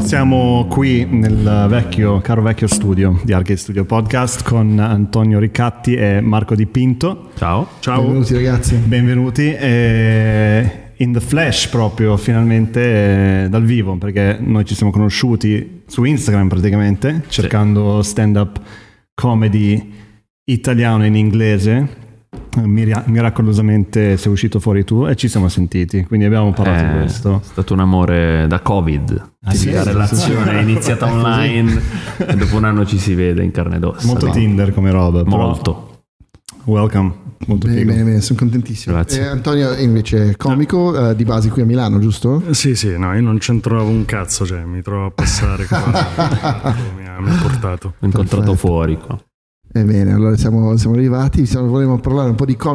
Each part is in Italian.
Siamo qui nel caro vecchio studio di Arcade Studio Podcast con Antonio Riccatti e Marco Di Pinto. Ciao. Benvenuti ragazzi. Benvenuti in the flesh proprio, finalmente dal vivo, perché noi ci siamo conosciuti su Instagram praticamente, cercando stand-up comedy italiano in inglese. Miracolosamente sei uscito fuori tu e ci siamo sentiti, quindi abbiamo parlato di questo. È stato un amore da Covid. La relazione è iniziata online e dopo un anno ci si vede in carne ed ossa. Molto Tinder come roba. Molto. Welcome. Molto bene, sono contentissimo. Antonio invece è comico di base qui a Milano, giusto? Sì, no, io non c'entravo un cazzo, cioè mi trovo a passare qua. mi ha portato. Ho incontrato fuori qua. Bene, allora siamo arrivati, volevamo parlare un po' di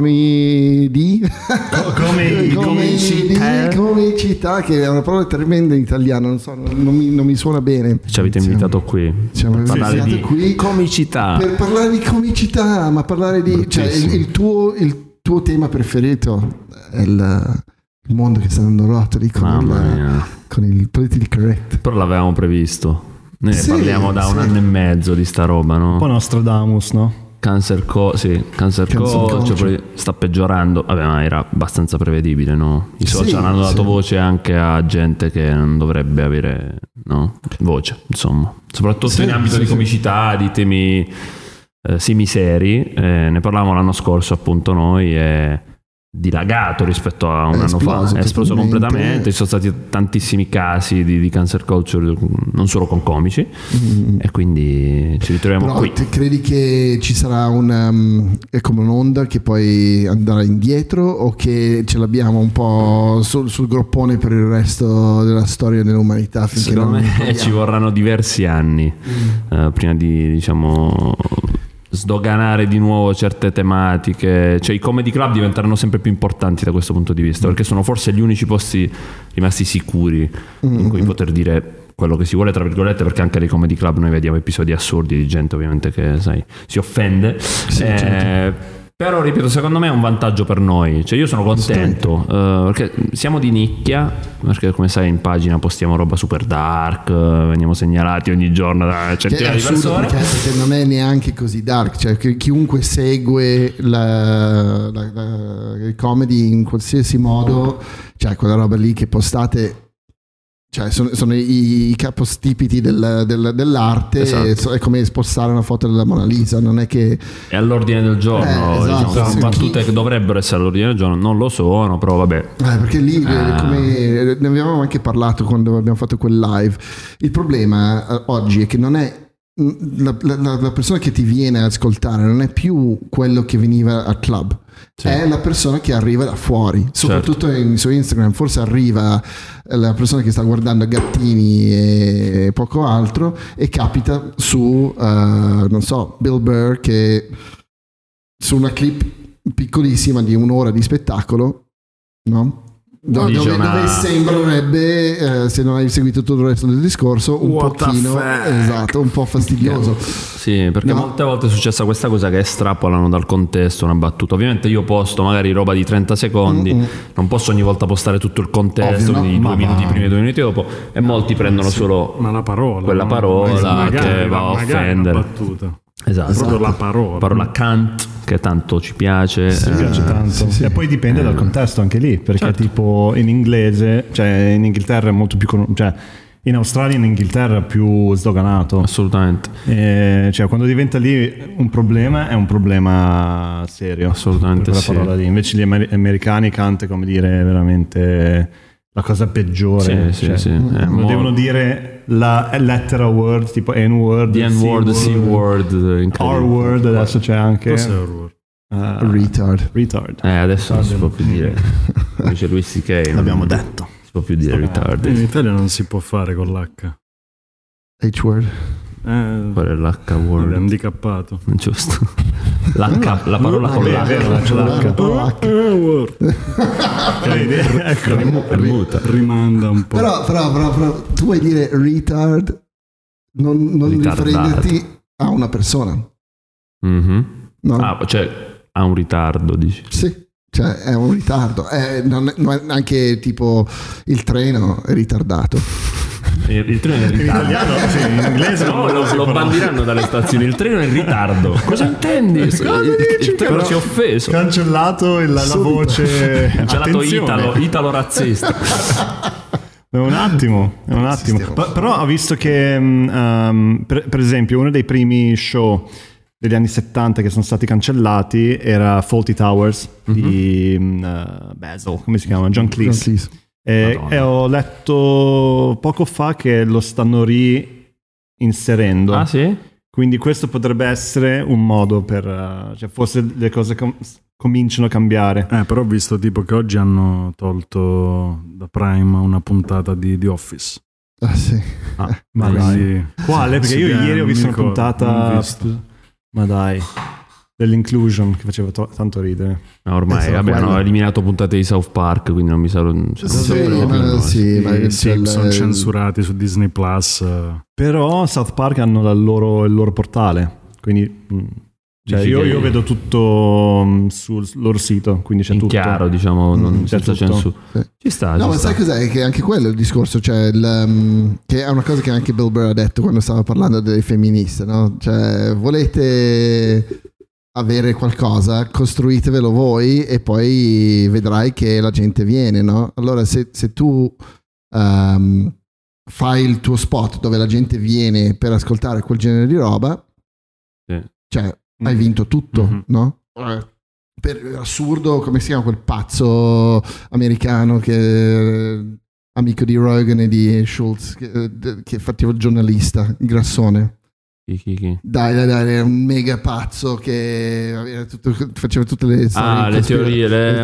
comicità, che è una parola tremenda in italiano, non so, non mi suona bene. Ci avete invitato qui per parlare di comicità. Per parlare di comicità, ma parlare di... Cioè, il tuo tema preferito è il mondo che sta andando rotoli con il politically correct. Però l'avevamo previsto. Noi parliamo da un anno e mezzo di sta roba, no? Un po' Nostradamus, no? Cancer culture sta peggiorando. Vabbè, ma era abbastanza prevedibile, no? I social hanno dato voce anche a gente che non dovrebbe avere, no? Voce, insomma. Soprattutto in ambito di comicità, di temi semiseri. Ne parlavamo l'anno scorso, appunto, noi, e dilagato rispetto a un anno fa, è esploso completamente. Ci sono stati tantissimi casi di cancel culture, non solo con comici, e quindi ci ritroviamo qui. Credi che ci sarà è come un'onda che poi andrà indietro, o che ce l'abbiamo un po' sul groppone per il resto della storia dell'umanità? Secondo me ci vorranno diversi anni prima di, diciamo, sdoganare di nuovo certe tematiche. Cioè i comedy club diventeranno sempre più importanti da questo punto di vista, perché sono forse gli unici posti rimasti sicuri in cui poter dire quello che si vuole, tra virgolette, perché anche nei comedy club noi vediamo episodi assurdi di gente ovviamente che, sai, si offende. Certo. Però ripeto, secondo me è un vantaggio per noi, cioè io sono contento perché siamo di nicchia, perché come sai in pagina postiamo roba super dark, veniamo segnalati ogni giorno da centinaia di persone, perché non è neanche così dark, cioè chiunque segue il comedy in qualsiasi modo, cioè quella roba lì che postate, cioè sono i capostipiti dell'arte. Esatto. È come spostare una foto della Mona Lisa, non è che è all'ordine del giorno. Esatto. Battute che dovrebbero essere all'ordine del giorno non lo sono, però vabbè, perché lì come ne avevamo anche parlato quando abbiamo fatto quel live, il problema oggi è che non è la persona che ti viene ad ascoltare, non è più quello che veniva al club, è la persona che arriva da fuori, soprattutto su Instagram. Forse arriva la persona che sta guardando gattini e poco altro, e capita su non so, Bill Burr, che su una clip piccolissima di un'ora di spettacolo, no? Dove sembrerebbe, se non hai seguito tutto il resto del discorso, un po' fastidioso. Sì, perché molte volte è successa questa cosa che estrapolano dal contesto una battuta. Ovviamente io posto magari roba di 30 secondi, non posso ogni volta postare tutto il contesto, quindi 2 minuti prima e 2 minuti dopo, e molti prendono solo quella parola che va a offendere. Battuta. Esatto. Proprio la parola Kant, che tanto ci piace. Piace tanto. E poi dipende dal contesto anche lì, perché tipo in inglese, cioè in Inghilterra è molto più cioè in Australia e in Inghilterra è più sdoganato. Assolutamente. Cioè quando diventa lì un problema, è un problema serio. Assolutamente quella parola lì. Invece gli americani Kant è come dire veramente la cosa peggiore. Devono dire la lettera word, tipo N-word, the N-word, C-word, R-word, adesso c'è anche retard. Adesso non si può più dire. Dice Louis C.K. L'abbiamo detto. Non si può più dire retard. In Italia non si può fare con l'H. H-word. Qual è l'H-word? È handicappato. Giusto. La parola con l'H. Rimanda un po'. Però tu vuoi dire retard non riferendoti a una persona. No? Cioè ha un ritardo, dici? Sì, cioè è un ritardo. Anche tipo il treno è ritardato. Il treno è in ritardo. In italiano, sì, in inglese no, non si lo può. bandiranno dalle stazioni. Il treno è in ritardo. Cosa intendi? Il treno si è offeso. Cancellato la voce. Cancellato Attenzione. Italo razzista. È un attimo. Però ho visto che, per esempio, uno dei primi show degli anni 70 che sono stati cancellati era Fawlty Towers di Basil, come si chiama? John Cleese. E ho letto poco fa che lo stanno reinserendo. Ah, sì? Quindi questo potrebbe essere un modo per... cioè forse le cose cominciano a cambiare. Però ho visto tipo che oggi hanno tolto da Prime una puntata di The Office. Ah sì. Ma dai. Quale? Perché io ieri ho visto una puntata... Ma dai. Dell'inclusion che faceva tanto ridere. No, ormai hanno eliminato puntate di South Park, quindi non mi sa. I Simpson censurati su Disney Plus. Però South Park hanno il loro portale, quindi cioè io vedo tutto sul loro sito, quindi c'è in tutto chiaro, diciamo, non senza tutto. censura. Ci sta. No, ci ma sta. sai cos'è? Che anche quello è il discorso, cioè che è una cosa che anche Bill Burr ha detto quando stava parlando delle femministe, no? Cioè, volete avere qualcosa, costruitevelo voi e poi vedrai che la gente viene, no? Allora se tu fai il tuo spot dove la gente viene per ascoltare quel genere di roba, cioè hai vinto tutto, no? Per assurdo, come si chiama quel pazzo americano che amico di Rogan e di Schultz che faceva il giornalista, il grassone. Chi? Dai, è un mega pazzo che faceva tutte le storie, le teorie,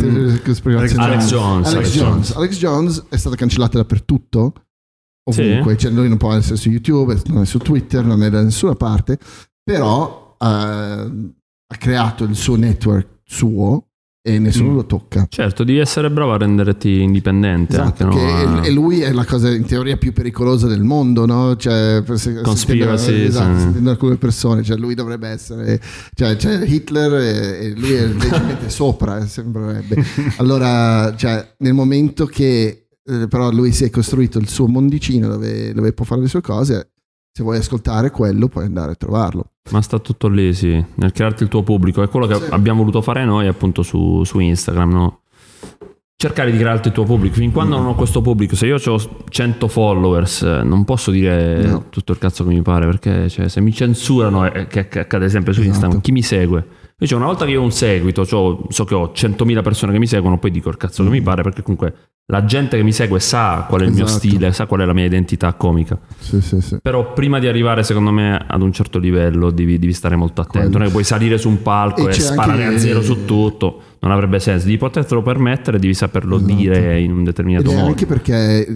Alex Jones è stato cancellato dappertutto, ovunque, cioè lui non può essere su YouTube, non è su Twitter, non è da nessuna parte, però ha creato il suo network suo e nessuno lo tocca. Certo, devi essere bravo a renderti indipendente. Esatto, anche, e lui è la cosa in teoria più pericolosa del mondo, no? Cioè, conspiracy, sentendo alcune persone, cioè lui dovrebbe essere, cioè c'è Hitler e lui è leggermente sopra, sembrerebbe. Allora, cioè, nel momento che però lui si è costruito il suo mondicino dove può fare le sue cose, se vuoi ascoltare quello puoi andare a trovarlo. Ma sta tutto lì, sì, nel crearti il tuo pubblico. È quello che abbiamo voluto fare noi appunto su Instagram, no? Cercare di crearti il tuo pubblico. Fin quando non ho questo pubblico, se io ho 100 followers, non posso dire tutto il cazzo che mi pare, perché cioè, se mi censurano, che accade sempre su Instagram, chi mi segue? Invece una volta che io ho un seguito, so che ho 100.000 persone che mi seguono, poi dico il cazzo che mi pare, perché comunque la gente che mi segue sa qual è il mio stile, sa qual è la mia identità comica. Sì. Però prima di arrivare secondo me ad un certo livello devi stare molto attento. Non è che puoi salire su un palco e sparare a zero su tutto, non avrebbe senso. Devi potertelo permettere, devi saperlo dire in un determinato modo. Anche perché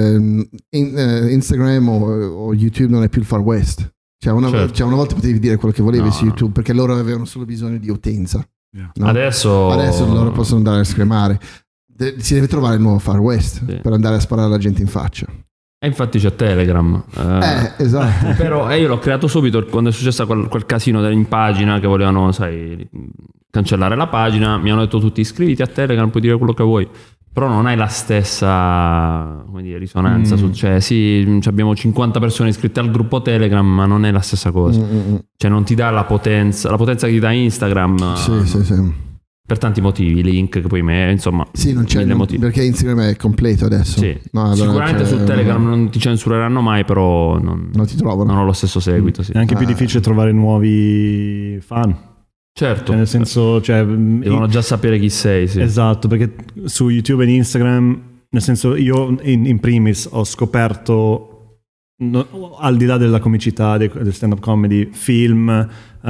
Instagram o YouTube non è più il Far West. Cioè una volta potevi dire quello che volevi su YouTube, perché loro avevano solo bisogno di utenza. No? Adesso loro possono andare a scremare. Si deve trovare il nuovo Far West per andare a sparare alla gente in faccia. E infatti c'è Telegram. Esatto. Però io l'ho creato subito quando è successo quel casino in pagina che volevano, sai, cancellare la pagina. Mi hanno detto tutti: iscriviti a Telegram, puoi dire quello che vuoi. Però non hai la stessa, come dire, risonanza. Cioè sì, abbiamo 50 persone iscritte al gruppo Telegram, ma non è la stessa cosa. Cioè non ti dà la potenza che ti dà Instagram. Sì. Per tanti motivi, link che poi insomma, sì, non c'è motivi. Perché Instagram è completo adesso. Sì. Allora sicuramente su Telegram non ti censureranno mai, però non ti trovano. Non ho lo stesso seguito. Sì. È anche più difficile trovare nuovi fan. Certo, cioè, nel senso, devono già sapere chi sei. Sì. Esatto, perché su YouTube e Instagram, nel senso, io in primis ho scoperto, al di là della comicità del stand-up comedy, film,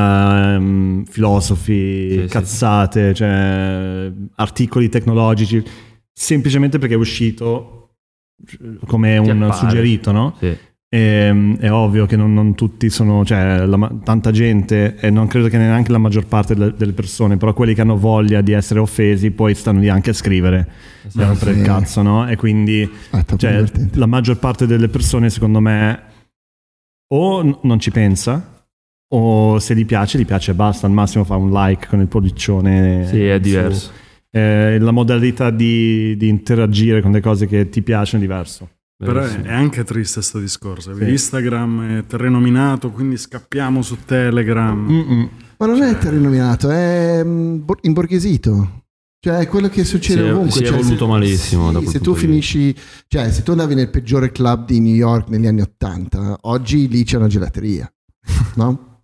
filosofi, cazzate, cioè articoli tecnologici, semplicemente perché è uscito come un suggerito, no? Sì. È ovvio che non tutti sono, cioè tanta gente, e non credo che neanche la maggior parte delle persone, però quelli che hanno voglia di essere offesi poi stanno lì anche a scrivere per il cazzo, no? E quindi cioè, la maggior parte delle persone, secondo me, o non ci pensa, o se gli piace e basta. Al massimo fa un like con il pollicione. Sì, è diverso. La modalità di interagire con le cose che ti piacciono è diverso. Però è anche triste sto discorso. Sì. Instagram è terreno minato, quindi scappiamo su Telegram. Ma non è terreno minato, è imborghesito. Cioè è quello che succede ovunque. Si è evoluto malissimo. Sì, se tu finisci, cioè se tu andavi nel peggiore club di New York negli anni '80, oggi lì c'è una gelateria, no?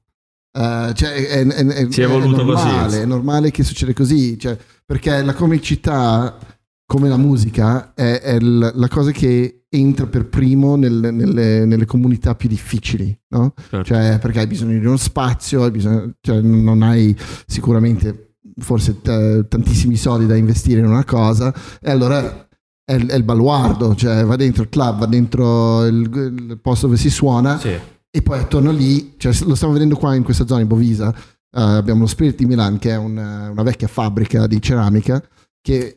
Cioè si è evoluto normale, così. È normale che succeda così, cioè, perché la comicità, come la musica, è la cosa che entra per primo nelle comunità più difficili, no? Certo. Cioè perché hai bisogno di uno spazio, cioè non hai sicuramente forse tantissimi soldi da investire in una cosa, e allora è il baluardo, cioè va dentro il club, va dentro il posto dove si suona, sì. E poi attorno lì, cioè, lo stiamo vedendo qua in questa zona in Bovisa, abbiamo lo Spirit di Milan, che è una vecchia fabbrica di ceramica che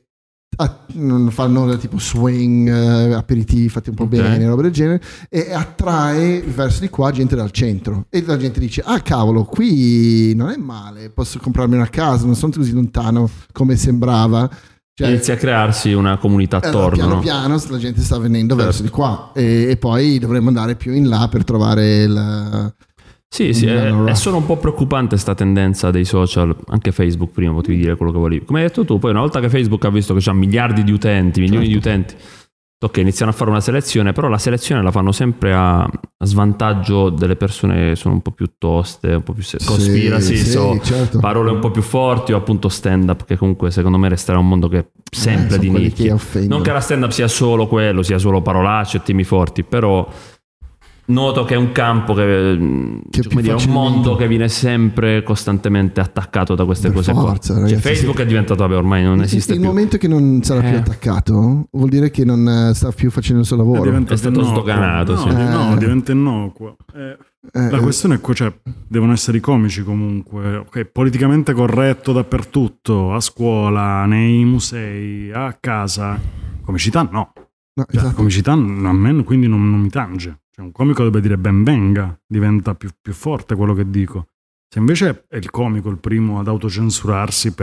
fanno tipo swing, aperitivi fatti un po' bene, roba del genere, e attrae verso di qua gente dal centro, e la gente dice: ah cavolo, qui non è male, posso comprarmi una casa, non sono così lontano come sembrava. Cioè, inizia a crearsi una comunità attorno, piano piano la gente sta venendo verso di qua, e poi dovremmo andare più in là per trovare Sì, è solo un po' preoccupante sta tendenza dei social, anche Facebook. Prima potevi dire quello che volevi, come hai detto tu, poi una volta che Facebook ha visto che c'ha miliardi di utenti, milioni di utenti, ok, iniziano a fare una selezione, però la selezione la fanno sempre a svantaggio delle persone che sono un po' più toste, un po' più certo. Parole un po' più forti, o appunto stand up, che comunque secondo me resterà un mondo che è sempre di nicchia. Non che la stand up sia solo quello, sia solo parolacce e temi forti, però noto che è un campo che come dire, un mondo che viene sempre costantemente attaccato da queste cose qua. Ragazzi, Facebook è diventato, ormai non esiste più. Il momento che non sarà più attaccato vuol dire che non sta più facendo il suo lavoro. È stato sdoganato. No, diventa innocuo. La questione è che cioè, devono essere i comici comunque, okay, politicamente corretto dappertutto, a scuola, nei musei, a casa. Comicità no. Esatto. Comicità a me quindi non mi tange. Cioè, un comico dovrebbe dire ben venga, diventa più forte quello che dico. Se invece è il comico il primo ad autocensurarsi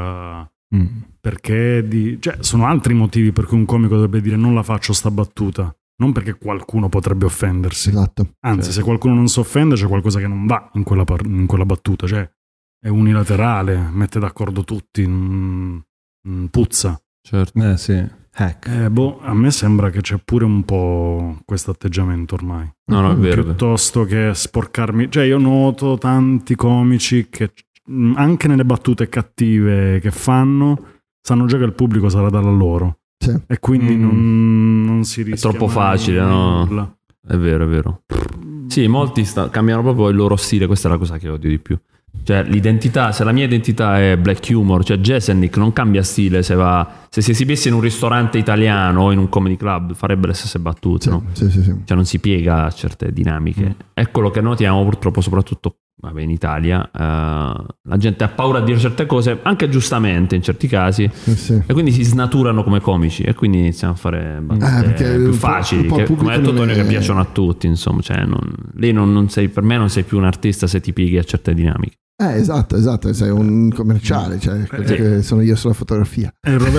perché cioè, sono altri motivi per cui un comico dovrebbe dire non la faccio sta battuta, non perché qualcuno potrebbe offendersi. Esatto. Anzi, se qualcuno non si offende c'è qualcosa che non va in quella battuta, cioè è unilaterale, mette d'accordo tutti, puzza. Certo. Sì. A me sembra che c'è pure un po' questo atteggiamento ormai. No, è vero. Piuttosto che sporcarmi, cioè io noto tanti comici che anche nelle battute cattive che fanno sanno già che il pubblico sarà dalla loro, sì. E quindi non si rischia. È troppo facile, no? È vero. Sì, molti cambiano proprio il loro stile, questa è la cosa che odio di più. Cioè l'identità, se la mia identità è black humor, cioè Jeselnik non cambia stile se si esibisse in un ristorante italiano o in un comedy club, farebbe le stesse battute, no? Sì. Cioè non si piega a certe dinamiche. È quello che notiamo purtroppo soprattutto in Italia, la gente ha paura a dire certe cose, anche giustamente in certi casi, sì. E quindi si snaturano come comici e quindi iniziano a fare battute più facili, come hai detto Tonio, che piacciono a tutti, insomma, cioè lì non sei, per me non sei più un artista se ti pieghi a certe dinamiche. Esatto, sei un commerciale, cioè che sono io sulla fotografia.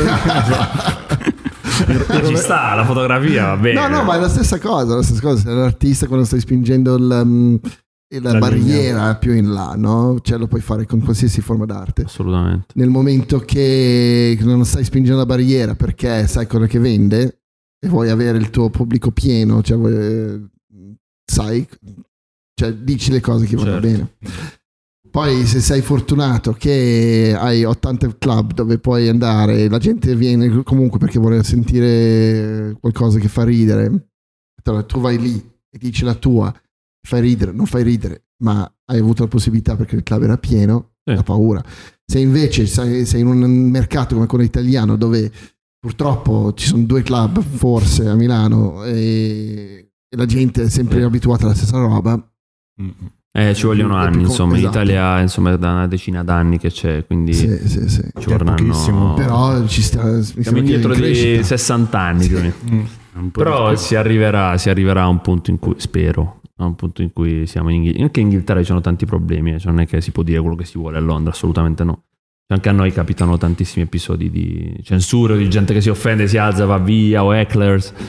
Ci sta, la fotografia va bene. No, ma è la stessa cosa, sei l'artista quando stai spingendo la barriera linea più in là, no? Cioè lo puoi fare con qualsiasi forma d'arte. Assolutamente. Nel momento che non stai spingendo la barriera perché sai quello che vende e vuoi avere il tuo pubblico pieno, cioè dici le cose che vanno bene. Poi se sei fortunato che hai 80 club dove puoi andare, la gente viene comunque perché vuole sentire qualcosa che fa ridere, tu vai lì e dici la tua, fai ridere, non fai ridere, ma hai avuto la possibilità perché il club era pieno, la paura. Se invece sei in un mercato come quello italiano dove purtroppo ci sono 2 club forse a Milano e la gente è sempre abituata alla stessa roba, ci vogliono anni, insomma, esatto. In Italia insomma è da una decina d'anni che c'è, quindi sì. Ci vorranno, però ci sta, siamo indietro di 60 anni, sì. Però si arriverà a un punto in cui, spero, a un punto in cui siamo in Inghilterra. Anche in Inghilterra ci sono tanti problemi, cioè non è che si può dire quello che si vuole a Londra, assolutamente no. Anche a noi capitano tantissimi episodi di censura, di gente che si offende, si alza, va via, o hecklers.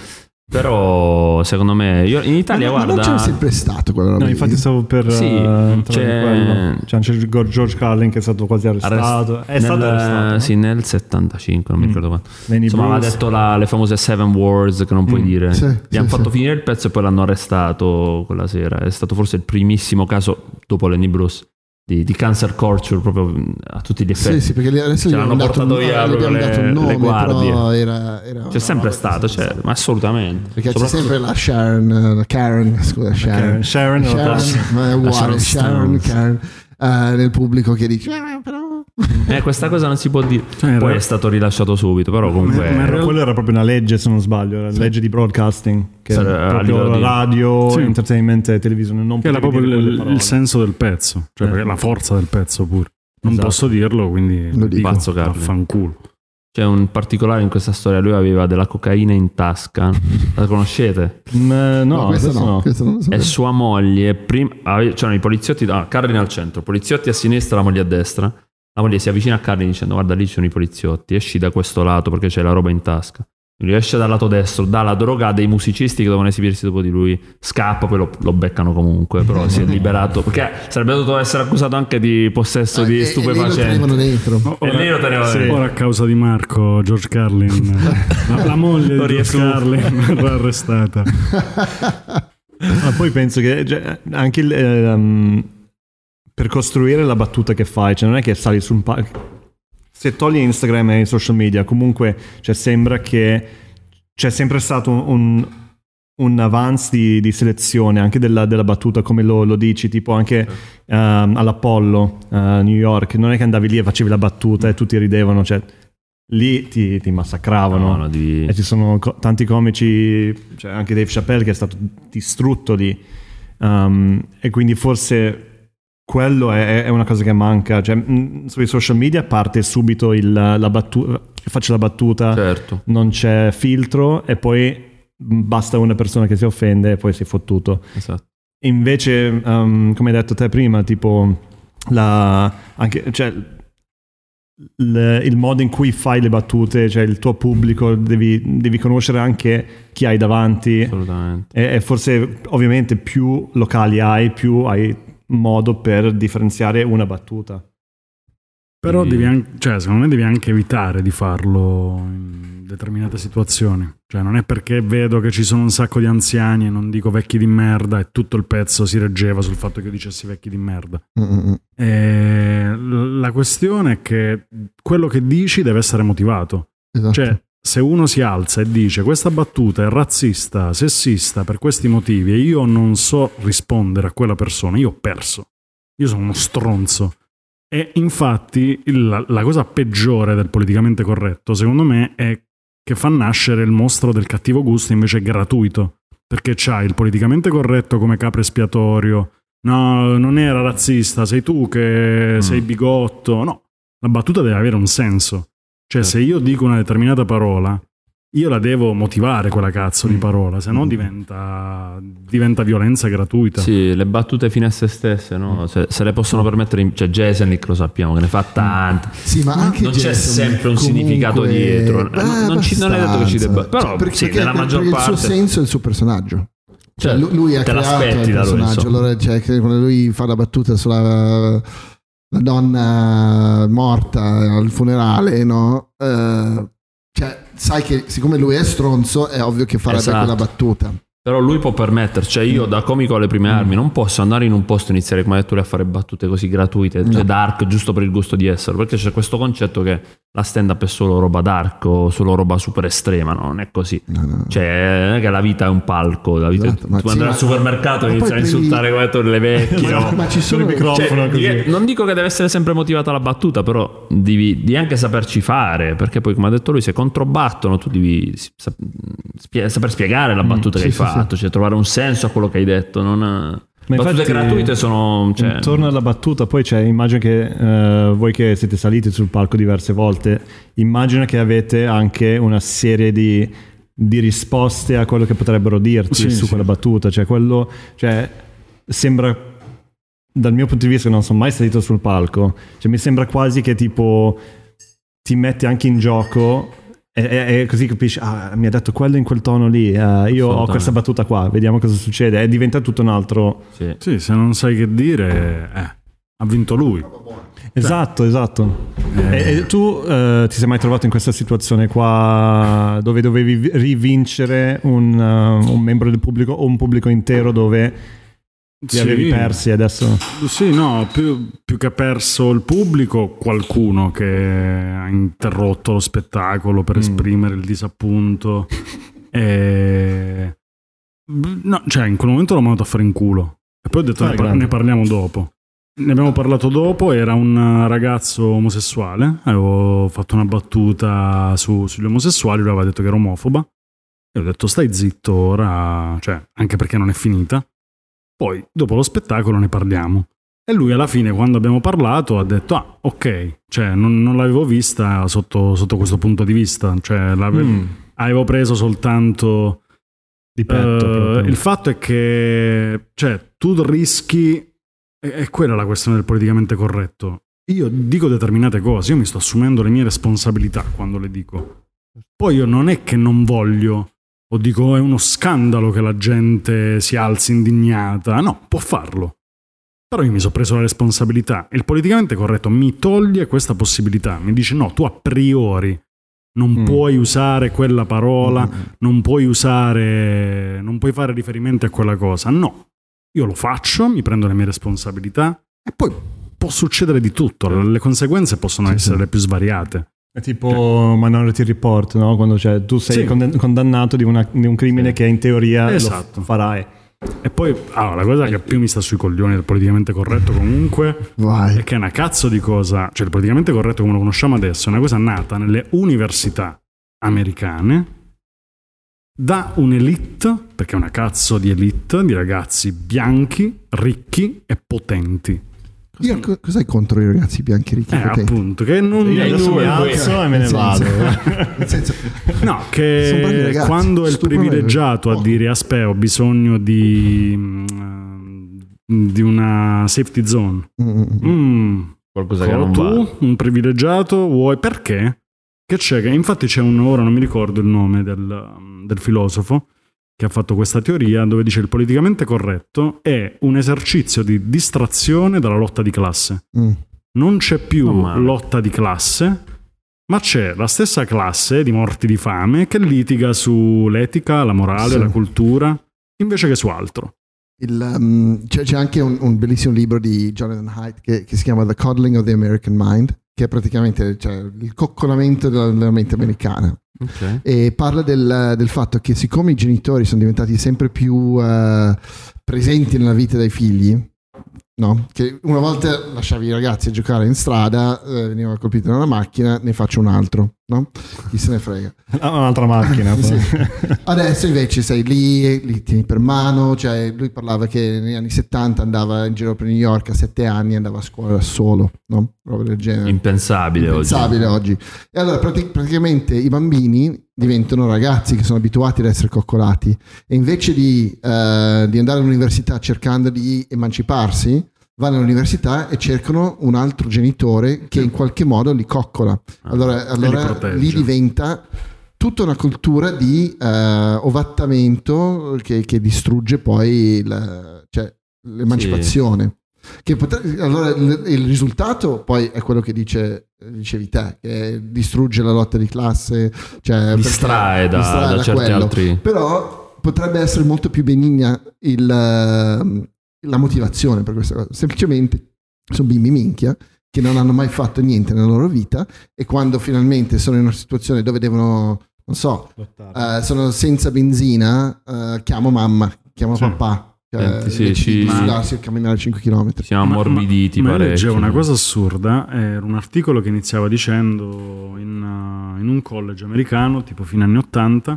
Però secondo me in Italia ma guarda, non c'è sempre stato quella roba. No, infatti stavo per c'è anche George Carlin che è stato quasi arrestato. È stato arrestato, no? Sì, nel 75, non mi ricordo quando. Lenny Insomma, aveva Bruce. detto le famose 7 words che non puoi dire. Sì, Gli hanno sì, fatto sì. finire il pezzo e poi l'hanno arrestato quella sera. È stato forse il primissimo caso dopo Lenny Bruce di cancer culture proprio a tutti gli effetti. Sì, perché adesso Ce gli l'hanno abbiamo dato portato via gli abbiamo dato un nome, le guardie. però era C'è sempre stato, ma assolutamente. perché c'è sempre la Karen, ma è uguale, Karen nel pubblico che dice però questa cosa non si può dire. Cioè, Poi è stato rilasciato subito, però comunque Quello era proprio una legge, se non sbaglio, era la legge di broadcasting, che era a livello proprio di- radio, Sì. entertainment e televisione. Non che era potevi proprio dire quelle parole. il senso del pezzo, cioè perché la forza del pezzo pure. Non Esatto. posso dirlo, quindi Lo dico. Pazzo Carlin. vaffanculo. C'è un particolare in questa storia, lui aveva della cocaina in tasca, la conoscete? No, questo questo no. questo non lo so. E sua moglie, c'erano i poliziotti, Carlin al centro, poliziotti a sinistra, la moglie a destra. La moglie si avvicina a Carlin dicendo guarda lì ci sono i poliziotti, esci da questo lato perché c'è la roba in tasca. Lui esce dal lato destro, dà la droga a dei musicisti che dovevano esibirsi dopo di lui, scappa, poi lo beccano comunque, però si è liberato perché sarebbe dovuto essere accusato anche di possesso di E lì lo stupefacenti. tenevano dentro. E lì lo tenevano dentro. Ora a causa di Marco, George Carlin, la moglie Non di George riesco. Carlin verrà arrestata. Ma poi penso che cioè, anche per costruire la battuta che fai, cioè non è che sali su un palco. Se togli Instagram e i social media, comunque cioè, sembra che c'è sempre stato un avance di selezione anche della battuta, come lo dici, tipo anche all'Apollo New York. Non è che andavi lì e facevi la battuta e tutti ridevano, cioè lì ti massacravano. No, E ci sono tanti comici, cioè anche Dave Chappelle che è stato distrutto lì, e quindi forse quello è una cosa che manca, cioè sui social media parte subito la battuta, faccio la battuta, Certo. non c'è filtro e poi basta una persona che si offende e poi sei fottuto. Esatto. Invece come hai detto te prima, tipo anche, cioè, il modo in cui fai le battute, cioè il tuo pubblico, devi conoscere anche chi hai davanti, Assolutamente. e forse ovviamente più locali hai, più hai modo per differenziare una battuta. Però Quindi- secondo me devi anche evitare di farlo in determinate situazioni. Cioè non è perché vedo che ci sono un sacco di anziani e non dico vecchi di merda e tutto il pezzo si reggeva sul fatto che io dicessi vecchi di merda. E la questione è che quello che dici deve essere motivato. Esatto. Cioè, se uno si alza e dice questa battuta è razzista, sessista per questi motivi e io non so rispondere a quella persona, io ho perso. Io sono uno stronzo. E infatti la cosa peggiore del politicamente corretto, secondo me, è che fa nascere il mostro del cattivo gusto invece gratuito. Perché c'hai il politicamente corretto come capro espiatorio. No, non era razzista, sei tu che sei bigotto. No, la battuta deve avere un senso. Cioè, se io dico una determinata parola, io la devo motivare quella cazzo di parola, se no diventa violenza gratuita. Sì, le battute fine a se stesse, no? Se le possono permettere, cioè Jeselnik lo sappiamo che ne fa tante. Sì, ma anche non c'è Jason, sempre un comunque, significato dietro. Non è detto che ci debba. abbastanza. Però perché, sì, nella maggior perché parte. il suo senso è il suo personaggio. Cioè, Certo, lui ha te creato l'aspetti il da lui, personaggio. insomma. Allora, cioè, che quando lui fa la battuta sulla la donna morta al funerale, no? Cioè, sai che siccome lui è stronzo, è ovvio che farebbe Esatto. quella battuta. Però lui può permetterci, cioè io da comico alle prime armi non posso andare in un posto e iniziare, come hai detto, a fare battute così gratuite, cioè dark, giusto per il gusto di essere, perché c'è questo concetto che la stand up è solo roba dark o solo roba super estrema, no? Non è così. No. Cioè non è che la vita è un palco, la vita Esatto, ma tu sì, andrai al ma- supermercato e ma inizi a poi prendi- insultare come hai detto le vecchie, no? Ma ci sono il microfono Cioè, così. non dico che deve essere sempre motivata la battuta, però devi anche saperci fare, perché poi come ha detto lui, se controbattono tu devi saper spiegare la battuta che hai sì, fatto, cioè trovare un senso a quello che hai detto. Ma Battute infatti, gratuite sono... Cioè, intorno alla battuta poi c'è, immagino che voi che siete saliti sul palco diverse volte, immagino che avete anche una serie di risposte a quello che potrebbero dirti su quella battuta, cioè quello, cioè sembra, dal mio punto di vista, che non sono mai salito sul palco, cioè mi sembra quasi che tipo ti metti anche in gioco E così capisci, mi ha detto quello in quel tono lì, io ho questa battuta qua, vediamo cosa succede, e diventa tutto un altro... Sì, se non sai che dire, ha vinto lui. Esatto. E tu ti sei mai trovato in questa situazione qua dove dovevi rivincere un membro del pubblico o un pubblico intero dove li avevi persi adesso? Sì, no, più che perso il pubblico, qualcuno che ha interrotto lo spettacolo per esprimere il disappunto. No, cioè in quel momento l'ho mandato a fare in culo. E poi ho detto ne parliamo dopo. Ne abbiamo parlato dopo, era un ragazzo omosessuale, avevo fatto una battuta sugli omosessuali, lui aveva detto che era omofoba. E ho detto stai zitto ora, cioè anche perché non è finita. Poi, dopo lo spettacolo, ne parliamo. E lui alla fine, quando abbiamo parlato, ha detto ok, cioè non l'avevo vista sotto questo punto di vista. Cioè avevo preso soltanto di petto. Il fatto è che tu rischi, e quella è la questione del politicamente corretto. Io dico determinate cose, io mi sto assumendo le mie responsabilità quando le dico. Poi io non è che non voglio... o dico è uno scandalo che la gente si alzi indignata. No, può farlo. Però io mi sono preso la responsabilità. Il politicamente corretto mi toglie questa possibilità. Mi dice no, tu a priori non puoi usare quella parola, non puoi fare riferimento a quella cosa. No, io lo faccio, mi prendo le mie responsabilità e poi può succedere di tutto. Le conseguenze possono essere le più svariate. È tipo Minority Report, no? Quando tu sei condannato di un crimine che in teoria lo farai. E poi la cosa che più mi sta sui coglioni del politicamente corretto comunque è che è una cazzo di cosa. Cioè il politicamente corretto come lo conosciamo adesso è una cosa nata nelle università americane da un'elite, perché è una cazzo di elite di ragazzi bianchi, ricchi e potenti. Io cos'hai contro i ragazzi bianchi ricchi? Appunto, che non io adesso mi alzo e me ne vado. Nel senso, no, che ragazzi, quando è il privilegiato a dire aspetta, ho bisogno di una safety zone. Qualcosa che non tu, va. un privilegiato, vuoi perché? Che c'è? Che infatti c'è ora non mi ricordo il nome del filosofo che ha fatto questa teoria dove dice il politicamente corretto è un esercizio di distrazione dalla lotta di classe. Non c'è più lotta di classe, ma c'è la stessa classe di morti di fame che litiga sull'etica, la morale, la cultura, invece che su altro. C'è anche un bellissimo libro di Jonathan Haidt che si chiama The Coddling of the American Mind, che è praticamente il coccolamento della mente americana. Okay. E parla del fatto che siccome i genitori sono diventati sempre più presenti nella vita dei figli, no? Che una volta lasciavi i ragazzi a giocare in strada, veniva colpito da una macchina, ne faccio un altro, no? Chi se ne frega. Un'altra macchina. Sì. Adesso invece sei lì, li tieni per mano. Cioè lui parlava che negli anni 70 andava in giro per New York a 7 anni, andava a scuola da solo, no? Roba del genere. Impensabile oggi. E allora praticamente i bambini diventano ragazzi che sono abituati ad essere coccolati e invece di andare all'università cercando di emanciparsi, vanno all'università e cercano un altro genitore che in qualche modo li coccola. Allora lì diventa tutta una cultura di ovattamento che distrugge poi l'emancipazione. Sì. Allora il risultato poi è quello che dicevi te, che distrugge la lotta di classe, cioè distrae da certi altri. Però potrebbe essere molto più benigna la motivazione per questa cosa. Semplicemente sono bimbi minchia che non hanno mai fatto niente nella loro vita e quando finalmente sono in una situazione dove devono, non so, sono senza benzina, chiamo mamma, chiamo papà. Sudarsi e camminare 5 km. Siamo ammorbiditi. Ma leggevo una cosa assurda. Era un articolo che iniziava dicendo in un college americano, tipo fine anni 80,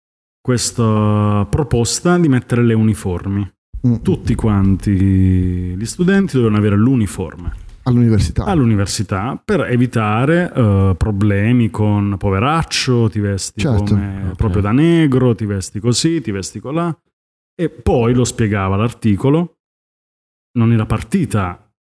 questa proposta di mettere le uniformi. Tutti quanti gli studenti dovevano avere l'uniforme all'università per evitare problemi con poveraccio, ti vesti proprio da negro, ti vesti così, ti vesti colà. E poi lo spiegava l'articolo, non era partita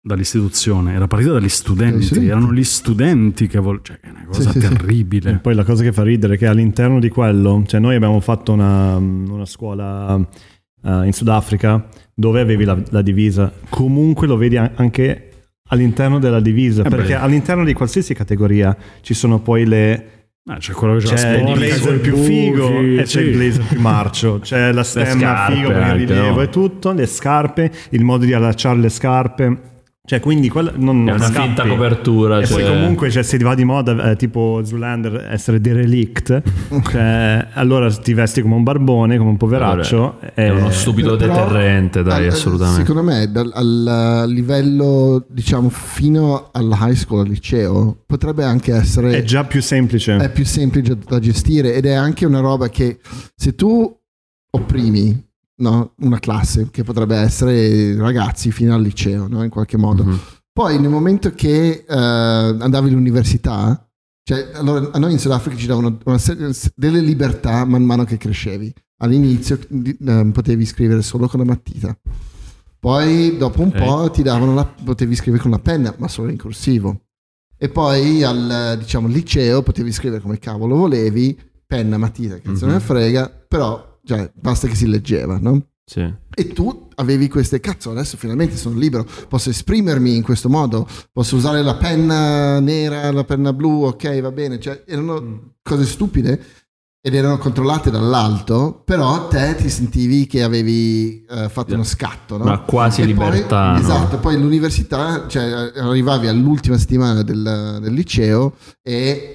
dall'istituzione, era partita dagli studenti. Erano gli studenti che cioè è una cosa terribile. E poi la cosa che fa ridere è che all'interno di quello, cioè noi abbiamo fatto una scuola in Sudafrica dove avevi la divisa, comunque lo vedi anche all'interno della divisa, perché all'interno di qualsiasi categoria ci sono poi c'è quello che c'è il blazer più figo e c'è il blazer più marcio, c'è la stemma figo per il rilievo e tutto, le scarpe, il modo di allacciare le scarpe, cioè quindi non è una finta copertura, e poi comunque se va di moda tipo Zoolander essere derelict, cioè, allora ti vesti come un barbone, come un poveraccio, è uno stupido deterrente, assolutamente. Secondo me al livello, diciamo, fino alla high school, al liceo, potrebbe anche essere, è già più semplice, è più semplice da gestire, ed è anche una roba che se tu opprimi una classe che potrebbe essere ragazzi fino al liceo, no? In qualche modo. Poi nel momento che andavi all'università, cioè, allora, a noi in Sudafrica ci davano delle libertà man mano che crescevi. All'inizio potevi scrivere solo con la matita, poi dopo un po' ti davano potevi scrivere con la penna, ma solo in corsivo, e poi al liceo potevi scrivere come cavolo volevi, penna, matita, che se ne frega, però cioè, basta che si leggeva, no? Sì. E tu avevi queste, cazzo, adesso finalmente sono libero, posso esprimermi in questo modo, posso usare la penna nera, la penna blu, ok, va bene, cioè erano cose stupide ed erano controllate dall'alto, però te ti sentivi che avevi fatto uno scatto, no? Ma quasi libertà. Poi, esatto, poi all'università, cioè arrivavi all'ultima settimana del liceo e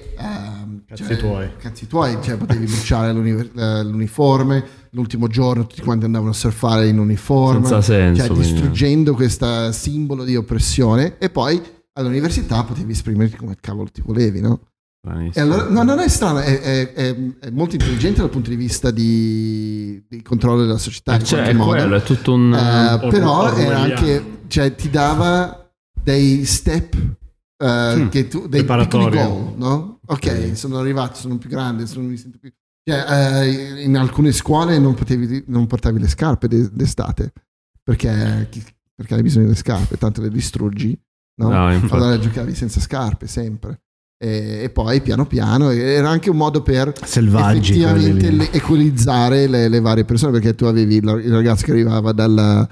cazzi tuoi, cioè potevi bruciare l'uniforme, l'ultimo giorno tutti quanti andavano a surfare in uniforme, senza senso, cioè distruggendo questo simbolo di oppressione, e poi all'università potevi esprimerti come cavolo ti volevi, no? E allora, no, non è strano, è molto intelligente dal punto di vista di controllo della società, cioè, quello è tutto un però era anche, cioè ti dava dei step che tu, dei piccoli goal, no? Ok, sono arrivato, sono più grande, mi sento più, cioè, in alcune scuole non portavi le scarpe d'estate perché hai bisogno delle scarpe, tanto le distruggi, no? Allora giocavi senza scarpe sempre. E poi piano piano era anche un modo per effettivamente equalizzare le varie persone, perché tu avevi il ragazzo che arrivava dalla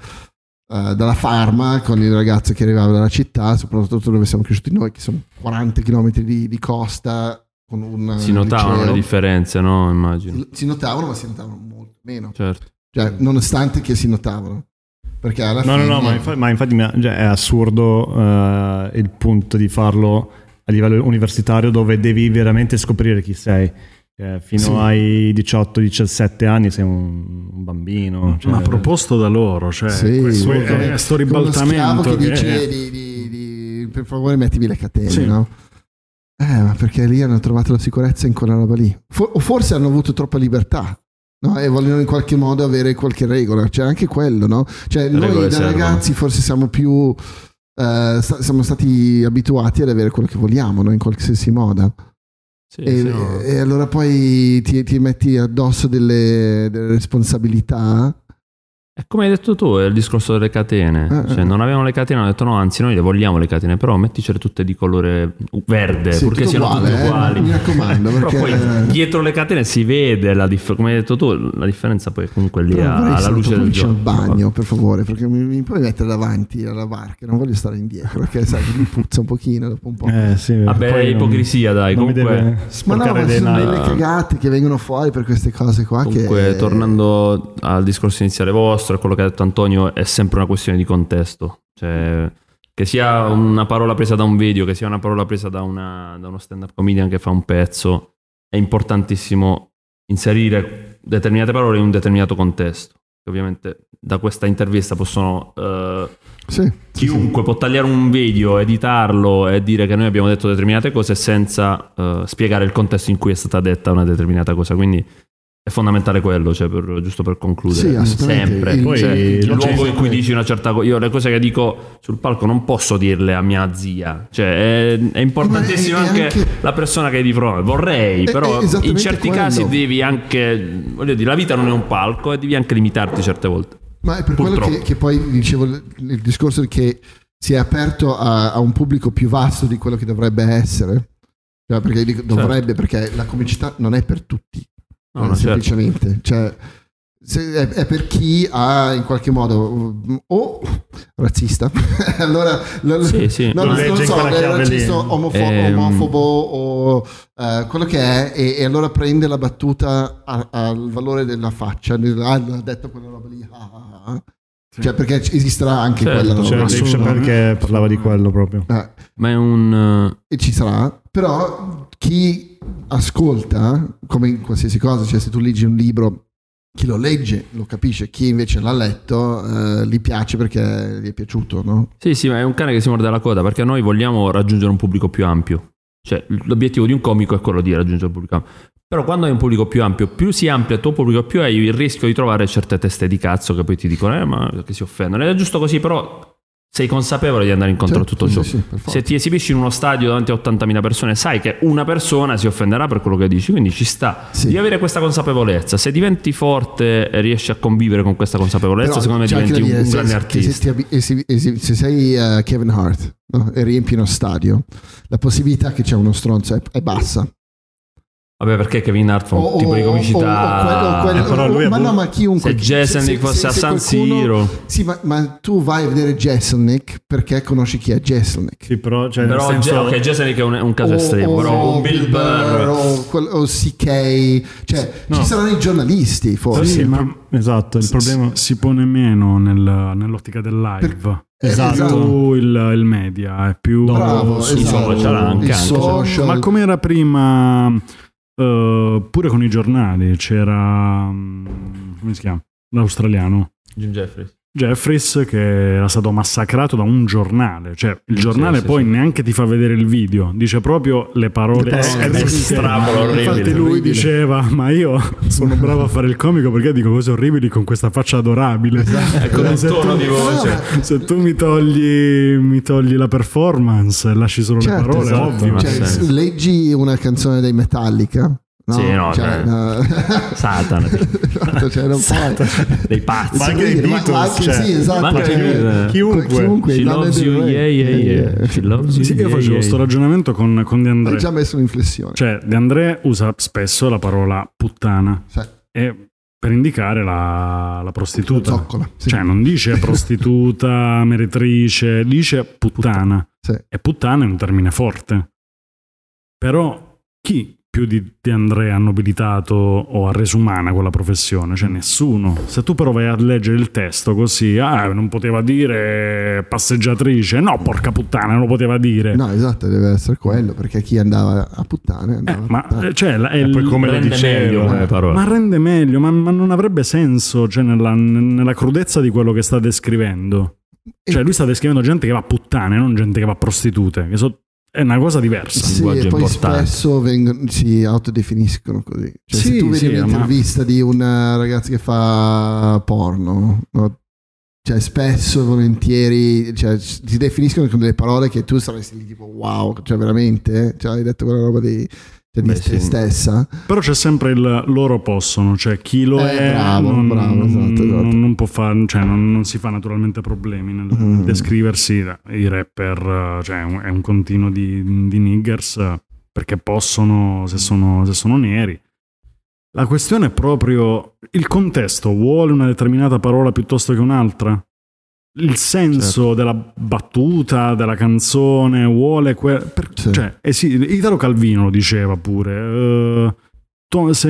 farma con il ragazzo che arrivava dalla città, soprattutto dove siamo cresciuti noi, che sono 40 km di costa, con un si notavano liceo. Le differenze, no? Immagino si notavano, ma si notavano molto meno, certo. Cioè, nonostante che si notavano, perché alla fine ma infatti è assurdo il punto di farlo a livello universitario, dove devi veramente scoprire chi sei. Fino ai 18-17 anni sei un bambino, cioè, ma proposto da loro, cioè sto ribaltamento che dice per favore mettimi le catene, no? Ma perché lì hanno trovato la sicurezza in quella roba lì, o forse hanno avuto troppa libertà, no? E vogliono in qualche modo avere qualche regola, c'è anche quello, no? Cioè noi da ragazzi forse siamo più siamo stati abituati ad avere quello che vogliamo, no? In qualsiasi modo. E allora poi ti metti addosso delle responsabilità. È come hai detto tu, è il discorso delle catene. Cioè, non avevano le catene, hanno detto no, anzi noi le vogliamo le catene, però metticele tutte di colore verde, purché siano tutte uguali. Mi raccomando, perché però poi dietro le catene si vede come hai detto tu, la differenza poi comunque lì alla luce del giorno. Al bagno, per favore, perché mi puoi mettere davanti alla barca, non voglio stare indietro, perché sai, mi puzza un pochino dopo un po'. Vabbè, è ipocrisia, dai, comunque. Ma no, ma sono delle cagate che vengono fuori per queste cose qua. Comunque, tornando al discorso iniziale vostro, quello che ha detto Antonio, è sempre una questione di contesto, cioè che sia una parola presa da un video, che sia una parola presa da uno stand-up comedian che fa un pezzo, è importantissimo inserire determinate parole in un determinato contesto. Ovviamente da questa intervista possono chiunque può tagliare un video, editarlo e dire che noi abbiamo detto determinate cose senza spiegare il contesto in cui è stata detta una determinata cosa, quindi è fondamentale quello, cioè giusto per concludere, sempre. Poi il luogo in cui dici una certa cosa, io le cose che dico sul palco non posso dirle a mia zia, cioè è importantissimo anche la persona che hai di fronte. Vorrei, però in certi casi devi anche, voglio dire, la vita non è un palco e devi anche limitarti certe volte. Ma è per purtroppo quello che poi dicevo, il discorso che si è aperto a un pubblico più vasto di quello che dovrebbe essere. Cioè, perché dico dovrebbe, perché la comicità non è per tutti, semplicemente. Cioè, è per chi ha in qualche modo o razzista, allora non so, razzista, omofobo o quello che è, e allora prende la battuta al valore della faccia, ha detto quella roba lì, cioè, perché esisterà anche quella roba, perché parlava di quello proprio, ma è un e ci sarà, però chi ascolta, come in qualsiasi cosa, cioè se tu leggi un libro, chi lo legge lo capisce, chi invece l'ha letto gli piace perché gli è piaciuto, no? Sì, ma è un cane che si morde la coda, perché noi vogliamo raggiungere un pubblico più ampio. Cioè, l'obiettivo di un comico è quello di raggiungere un pubblico ampio. Però quando hai un pubblico più ampio, più si amplia il tuo pubblico, più hai il rischio di trovare certe teste di cazzo che poi ti dicono ma che si offendono. Ed è giusto così, però sei consapevole di andare incontro a tutto ciò. Se ti esibisci in uno stadio davanti a 80.000 persone, sai che una persona si offenderà per quello che dici, quindi ci sta di avere questa consapevolezza. Se diventi forte e riesci a convivere con questa consapevolezza, però, secondo me diventi un grande artista. Se sei Kevin Hart, no? E riempi uno stadio, la possibilità che c'è uno stronzo è bassa. Vabbè, perché Kevin Hart fa un tipo di comicità, però lui ma chiunque, se Jeselnik fosse a San Siro, sì, ma tu vai a vedere Jeselnik perché conosci chi è Jeselnik. Sì, però ok, Jeselnik è un caso estremo, però un Bill Burr o CK, cioè ci saranno i giornalisti forse. Sì, ma esatto, il problema si pone meno nell'ottica del live. Esatto. Il media è più il social. Ma come era prima, pure con i giornali c'era, come si chiama? L'australiano Jim Jeffries che era stato massacrato da un giornale, cioè il giornale poi neanche ti fa vedere il video, dice proprio le parole infatti lui diceva ma io sono bravo a fare il comico perché dico cose orribili con questa faccia adorabile, con un tono di voce. Se tu mi togli la performance e lasci solo le parole, ovvio, cioè, leggi una canzone dei Metallica. No, Satana, cioè non Satana. Dei pazzi, ma anche dei Beatles, sì, esatto, chiunque She loves you, yeah. She loves you, io facevo questo ragionamento con De André. Hai già messo un'inflessione, cioè De André usa spesso la parola puttana e per indicare la prostituta, zoccola, cioè non dice prostituta, meretrice, dice puttana. E puttana è un termine forte, però chi più di André ha nobilitato o ha reso umana quella professione? Cioè nessuno. Se tu però vai a leggere il testo così, non poteva dire passeggiatrice, no, porca puttana, non lo poteva dire. No, esatto, deve essere quello, perché chi andava a puttane cioè poi come lo dicevo, ma rende meglio, ma non avrebbe senso, cioè nella crudezza di quello che sta descrivendo. Cioè lui sta descrivendo gente che va a puttane, non gente che va a prostitute, che è una cosa diversa. Sì, e poi spesso si autodefiniscono così. Cioè, se tu vedi un'intervista di una ragazza che fa porno, no? Cioè spesso e volentieri si definiscono con delle parole che tu saresti lì tipo wow, cioè veramente? Cioè hai detto quella roba di te stessa. Però c'è sempre il loro possono, cioè chi lo è bravo, esatto. Non può fare, cioè non si fa naturalmente problemi nel descriversi. I rapper, cioè è un continuo di niggers perché possono se sono neri. La questione è proprio il contesto, vuole una determinata parola piuttosto che un'altra? Il senso della battuta, della canzone, vuole cioè, Italo Calvino lo diceva pure, se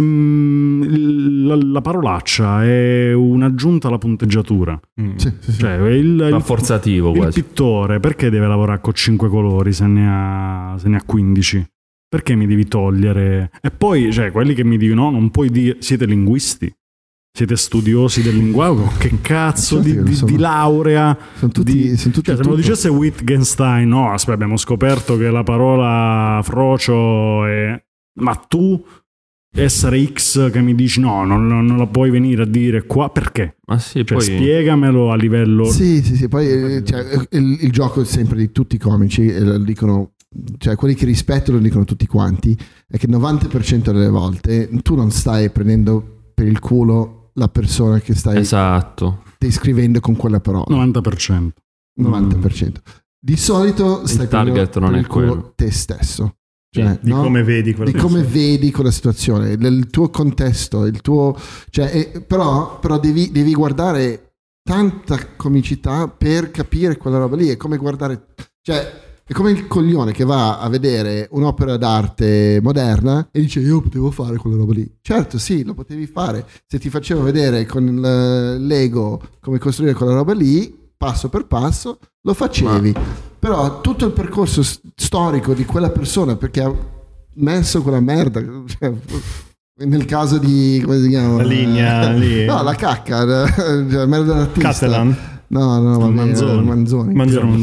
la parolaccia è un'aggiunta alla punteggiatura, cioè il rafforzativo il quasi. Pittore perché deve lavorare con 5 colori se ne ha 15? Perché mi devi togliere? E poi quelli che mi dicono no, non puoi dire, siete linguisti, siete studiosi del linguaggio, che cazzo di laurea sono tutti se me lo dicesse Wittgenstein, no, aspetta, abbiamo scoperto che la parola frocio è, ma tu essere X che mi dici no, non la puoi venire a dire qua, perché? Ma sì, poi spiegamelo a livello sì, poi il gioco è sempre di tutti i comici e lo dicono, cioè quelli che rispettano lo dicono tutti quanti, è che il 90% delle volte tu non stai prendendo per il culo la persona che stai descrivendo con quella parola. 90%. di solito stai target non è quello. Te stesso. Cioè, di come vedi quella vedi quella situazione, il tuo contesto, il tuo, cioè, però devi guardare tanta comicità per capire quella roba lì. È come guardare, cioè è come il coglione che va a vedere un'opera d'arte moderna e dice io potevo fare quella roba lì. Certo, sì, lo potevi fare se ti facevo vedere con il Lego come costruire quella roba lì, passo per passo lo facevi. Però tutto il percorso storico di quella persona, perché ha messo quella merda, cioè, nel caso di, come si chiama? La linea lì. No, la cacca, la merda dell'artista. Catalan? No, Manzoni.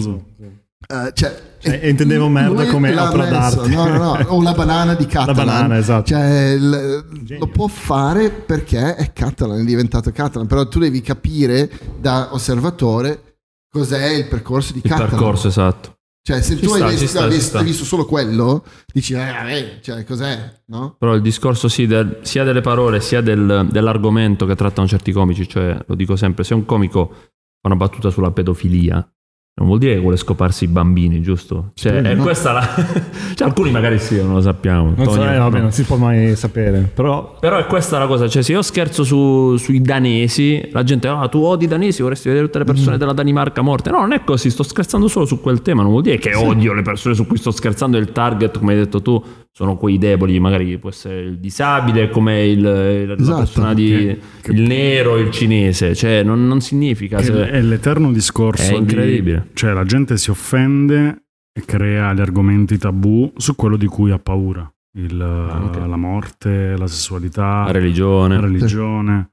Intendevo merda come opera d'arte. No, o la banana di Catalan. La banana, esatto. Cioè, lo può fare perché è Catalan, è diventato Catalan, però tu devi capire da osservatore cos'è il percorso di Catalan. Il percorso, esatto. Cioè, se tu hai visto solo quello, dici, cioè, cos'è? No? Però il discorso sia delle parole, sia dell'argomento che trattano certi comici, cioè, lo dico sempre, se un comico fa una battuta sulla pedofilia, non vuol dire che vuole scoparsi i bambini, giusto? Cioè, è questa la... cioè, alcuni magari sì, non lo sappiamo. Non si può mai sapere. Però è questa la cosa. Cioè, se io scherzo sui danesi, la gente, tu odi i danesi, vorresti vedere tutte le persone della Danimarca morte. No, non è così, sto scherzando solo su quel tema. Non vuol dire che odio le persone su cui sto scherzando. Il target, come hai detto tu, sono quei deboli, magari può essere il disabile, come la persona il nero, il cinese. Cioè, non significa... È l'eterno discorso. È incredibile. Cioè, la gente si offende e crea gli argomenti tabù su quello di cui ha paura. La morte, la sessualità, la religione.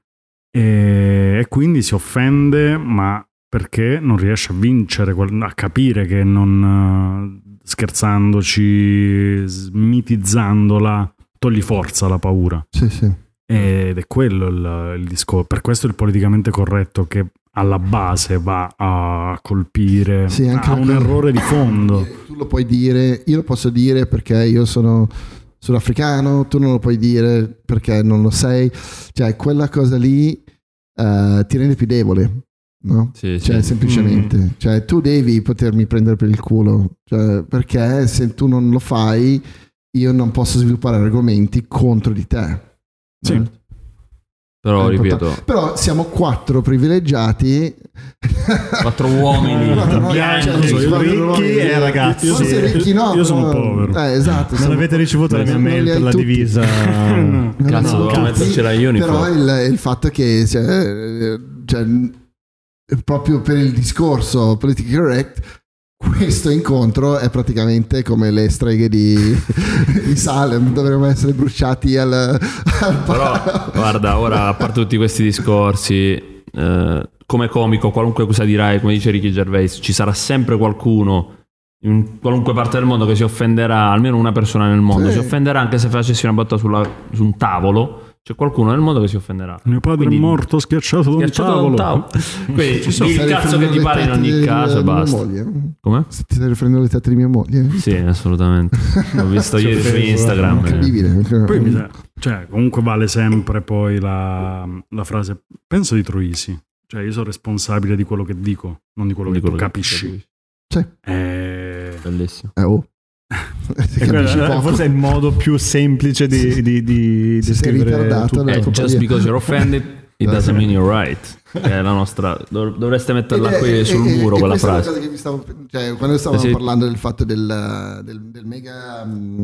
E quindi si offende, ma perché non riesce a vincere, a capire che non scherzandoci, mitizzandola, togli forza alla paura. Sì. Ed è quello il discorso. Per questo il politicamente corretto, che alla base va a colpire, ha un errore di fondo. Tu lo puoi dire, io lo posso dire perché io sono sudafricano, tu non lo puoi dire perché non lo sei. Cioè, quella cosa lì ti rende più debole. No? Sì, semplicemente. Cioè, tu devi potermi prendere per il culo, cioè, perché se tu non lo fai io non posso sviluppare argomenti contro di te. Sì. Però ripeto, però siamo 4 privilegiati, 4 uomini bianchi, ricchi e ragazzi. Forse ricchi no, io sono povero. Esatto. Non avete ricevuto la mia mail per la divisa? Cazzo, dovevo mettercela uniform. Però il fatto che cioè, proprio per il discorso politically correct, questo incontro è praticamente come le streghe di Salem, dovremmo essere bruciati al però guarda, ora, a parte tutti questi discorsi, come comico, qualunque cosa dirai, come dice Ricky Gervais, ci sarà sempre qualcuno in qualunque parte del mondo che si offenderà, almeno una persona nel mondo si offenderà anche se facessi una battuta su un tavolo. C'è qualcuno nel mondo che si offenderà. Mio padre è morto schiacciato da un tavolo. Quindi il cazzo che ti pare in ogni caso e basta. Come? Se ti stai riferendo alle tette di mia moglie? Sì, assolutamente. L'ho visto ieri su Instagram. Incredibile. Poi comunque vale sempre poi la frase, penso di Troisi. Cioè, io sono responsabile di quello che dico, non di quello che tu capisci. Sì. Bellissimo. Forse è il modo più semplice di descrivere tutto. Just because you're offended it doesn't mean you're right. È la nostra, dovreste metterla qui sul muro quella frase. Cosa che quando stavamo parlando del fatto del mega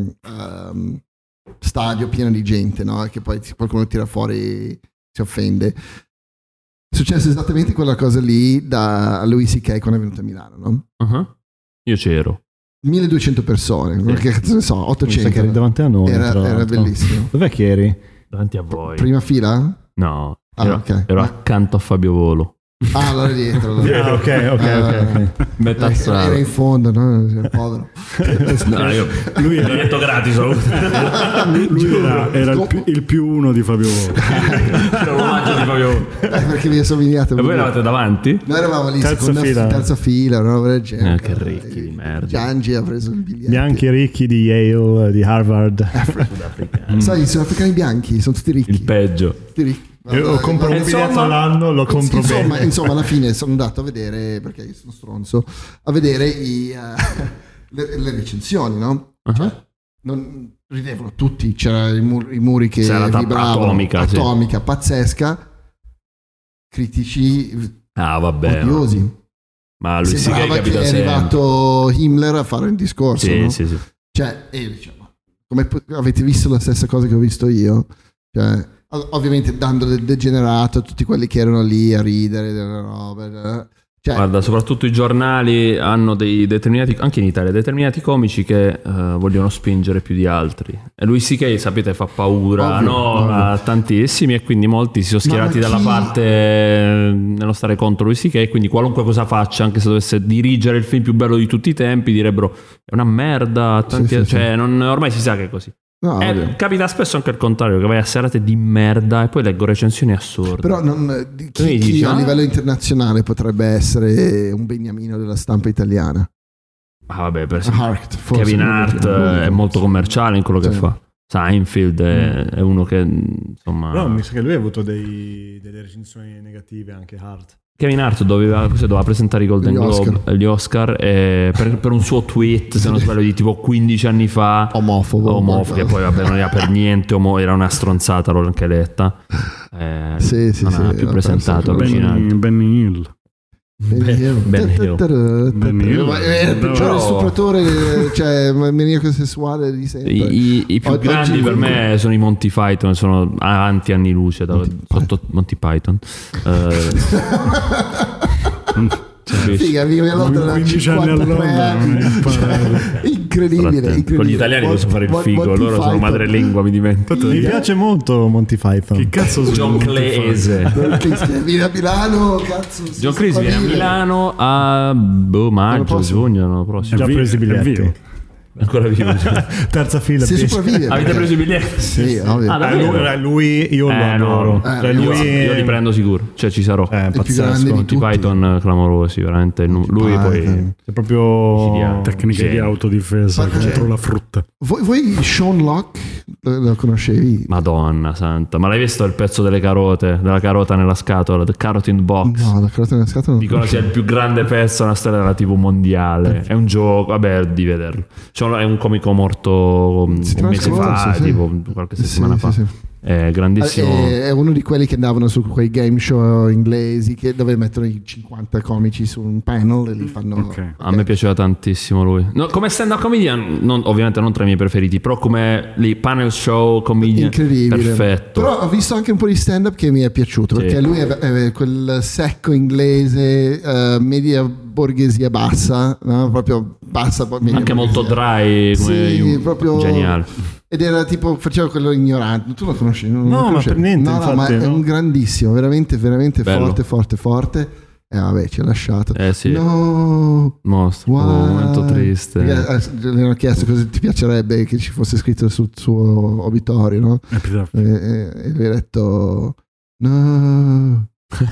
stadio pieno di gente, no? Che poi qualcuno tira fuori, si offende. È successo esattamente quella cosa lì da Louis C.K. quando è venuto a Milano, no? Io c'ero. 1200 persone, perché cazzo ne so, 800. Che eri davanti a noi. Era bellissimo. Dov'è che eri? Davanti a voi. Prima fila? No, ero accanto a Fabio Volo. Allora dietro. Ok. Metà strada. Era in fondo, no? Povero. Lui era detto gratis. Lui era il più uno di Fabio Volo. Era un omaggio di Fabio Volo. Perché mi è somigliato. E voi eravate davanti? Noi eravamo lì, terza fila, una roba del genere. Che ricchi di merda. Giangi ha preso il biglietto. Bianchi ricchi di Yale, di Harvard. Sai, i sudafricani bianchi sono tutti ricchi. Il peggio. Tutti ricchi. Io compro un biglietto all'anno, lo compro bene. Insomma, alla fine sono andato a vedere, perché io sono stronzo, a vedere le recensioni, no? Cioè, non ridevano tutti, c'era i muri che vibravano, atomica, pazzesca, critici odiosi. Ma lui sembrava che è arrivato Himmler a fare il discorso, sì, no? sì. Cioè, io dicevo, come avete visto la stessa cosa che ho visto io? Cioè, ovviamente dando del degenerato a tutti quelli che erano lì a ridere delle robe. Cioè, guarda, soprattutto i giornali hanno dei determinati, anche in Italia, determinati comici che vogliono spingere più di altri. E lui che sapete fa paura, ovvio. A tantissimi, e quindi molti si sono schierati dalla parte nello stare contro lui che, quindi qualunque cosa faccia, anche se dovesse dirigere il film più bello di tutti i tempi, direbbero è una merda, ormai si sa che è così. No, capita spesso anche il contrario, che vai a serate di merda e poi leggo recensioni assurde. Però chi a livello internazionale potrebbe essere un beniamino della stampa italiana? Vabbè, per esempio Kevin Hart è molto commerciale in quello che fa. Seinfeld è uno che insomma. No, mi sa che lui ha avuto delle recensioni negative, anche Hart. Kevin Hart doveva presentare i Golden Globe, gli Oscar, per un suo tweet, se non sbaglio, di tipo 15 anni fa, omofobo, che poi vabbè non era per niente era una stronzata, l'ho anche letta. Non ha più presentato Benny Hill. Il peggiore stupratore, cioè maniaco sessuale di sempre. I più grandi per me sono i Monty Python, sono avanti anni luce sotto Monty Python. Figa, vive a Londra da 53 anni. Incredibile. Con gli italiani posso fare il figo, loro sono madrelingua, mi dimentico. Mi piace molto Monty Python. Che cazzo sono John Cleese? Viene a Milano, cazzo. John Cleese viene a Milano a maggio, giugno, l'anno prossimo. Già preso i biglietti. Ancora vivo. Terza fila. Se sopravvive. Avete preso i biglietti? Sì, ovvio. Lui io lo adoro. Io li prendo sicuro. Cioè ci sarò. Pazzesco. Monty Python clamorosi, veramente. Lui poi è proprio tecniche di autodifesa contro la frutta. Voi Sean Locke lo conoscevi? Madonna santa, ma l'hai visto il pezzo della carota nella scatola, The Carrot in the Box? No, la carota nella scatola non dicono sia il più grande pezzo nella storia della TV mondiale. È un gioco, vabbè, di vederlo. È un comico morto un mese fa, tipo qualche settimana fa. Sì. È grandissimo. È uno di quelli che andavano su quei game show inglesi dove mettono i 50 comici su un panel e li fanno. Okay. A me piaceva tantissimo lui. No, come stand-up comedian, ovviamente non tra i miei preferiti, però come panel show comedian, incredibile, perfetto. Però ho visto anche un po' di stand-up che mi è piaciuto, perché lui è quel secco inglese, media borghesia bassa, no? Proprio bassa, anche molto dry, come proprio geniale. Ed era tipo, faceva quello ignorante. Tu lo conosci? No, ma per niente. No, ma è un grandissimo, veramente, veramente bello. forte. E vabbè, ci ha lasciato. Sì. No, mostro. Un momento triste. Le hanno chiesto cosa ti piacerebbe che ci fosse scritto sul suo obitorio, no? E lui ha detto no.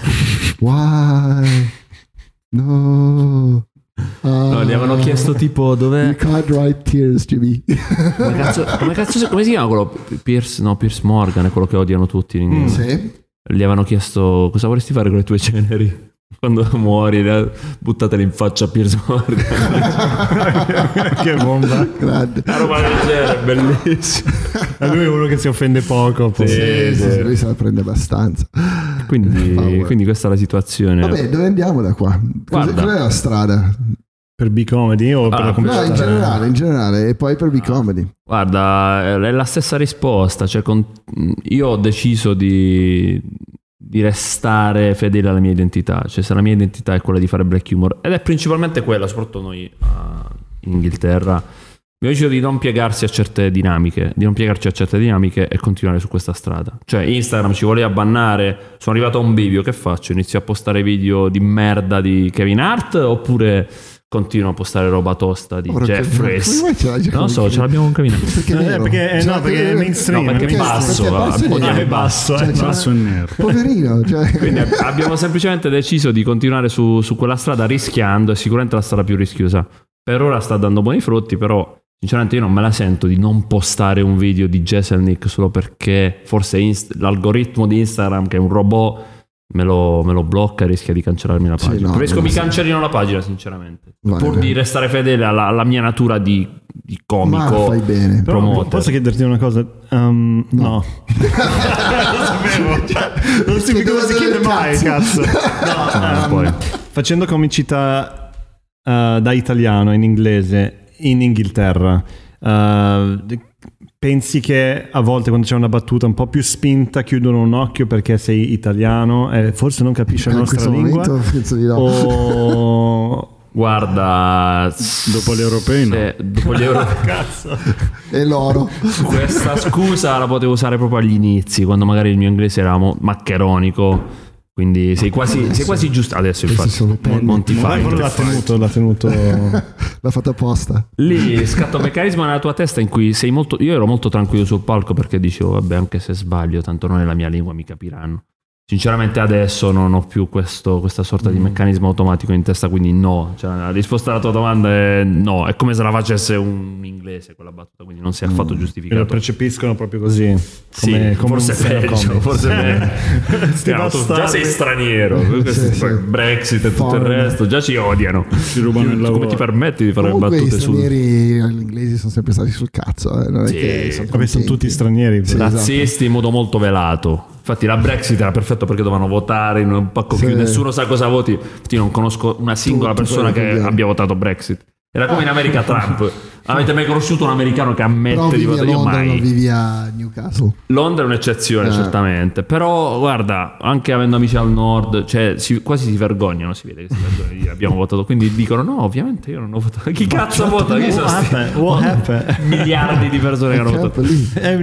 Why? No. No, gli avevano chiesto tipo dov'è. You can't write tears, Jimmy. Come si chiama quello? Pierce Morgan è quello che odiano tutti in inglese. Sì. Gli avevano chiesto cosa vorresti fare con le tue ceneri quando muori, buttatele in faccia a Pierce Morgan. Che bomba. Grande. La roba del genere, bellissimo. Lui è uno che si offende poco. Sì, lui se la prende abbastanza. Quindi questa è la situazione. Vabbè, dove andiamo da qua? Qual è la strada? Per B-Comedy o per la comicità? No, in generale, e poi per B-Comedy. Guarda, è la stessa risposta. Cioè, io ho deciso di restare fedele alla mia identità. Cioè, se la mia identità è quella di fare black humor, ed è principalmente quella, soprattutto noi in Inghilterra, abbiamo deciso di non piegarsi a certe dinamiche, e continuare su questa strada. Cioè, Instagram ci voleva bannare, sono arrivato a un bivio, che faccio? Inizio a postare video di merda di Kevin Hart oppure continuo a postare roba tosta di Jeffries? Non so, ce l'abbiamo con Kevin Hart. Perché è mainstream. No, perché è basso. Basso e nero. Poverino. Quindi abbiamo semplicemente deciso di continuare su quella strada, rischiando, e sicuramente la strada più rischiosa. Per ora sta dando buoni frutti, però sinceramente io non me la sento di non postare un video di Jeselnik solo perché forse l'algoritmo di Instagram, che è un robot, me lo blocca e rischia di cancellarmi la pagina. Preferisco mi cancellino la pagina, sinceramente, pur di restare fedele alla mia natura di comico. Ma fai bene. Però posso chiederti una cosa? No. Lo sapevo. Non si chiede mai, cazzo. No, facendo comicità da italiano in inglese in Inghilterra, pensi che a volte quando c'è una battuta un po' più spinta chiudono un occhio perché sei italiano e forse non capisci la nostra lingua? Penso di no. O... Guarda, dopo gli europei no. Dopo gli europei Cazzo. E loro. Questa scusa la potevo usare proprio agli inizi, quando magari il mio inglese era maccheronico. Quindi sei quasi giusto adesso, infatti non ti fai. L'ha tenuto. L'ha fatto apposta. Lì scatta un meccanismo nella tua testa in cui sei molto. Io ero molto tranquillo sul palco perché dicevo vabbè, anche se sbaglio tanto non è la mia lingua, mi capiranno. Sinceramente adesso non ho più questa sorta di meccanismo automatico in testa, quindi no, cioè, la risposta alla tua domanda è no, è come se la facesse un inglese quella battuta, quindi non si è affatto giustificato. Lo percepiscono proprio così, come forse peggio, forse già sei straniero, Brexit e tutto il resto, già ci odiano, ci rubano il lavoro. Come ti permetti di fare battute su? Gli stranieri gli inglesi sono sempre stati sul cazzo, non è che sono tutti stranieri, razzisti in modo molto velato. Infatti la Brexit era perfetto perché dovevano votare in un pacco più, nessuno sa cosa voti. Infatti non conosco una singola persona che abbia votato Brexit. Era come in America Trump. Avete mai conosciuto un americano che ammette di votare? Io mai. Non vivi a Newcastle. Londra è un'eccezione, certamente. Però guarda, anche avendo amici al nord, cioè quasi si vergognano, si vede che si vergognano di dire abbiamo votato. Quindi dicono no, ovviamente io non ho votato. Chi cazzo vota? Chi sono What happened? Miliardi di persone che hanno votato. Oh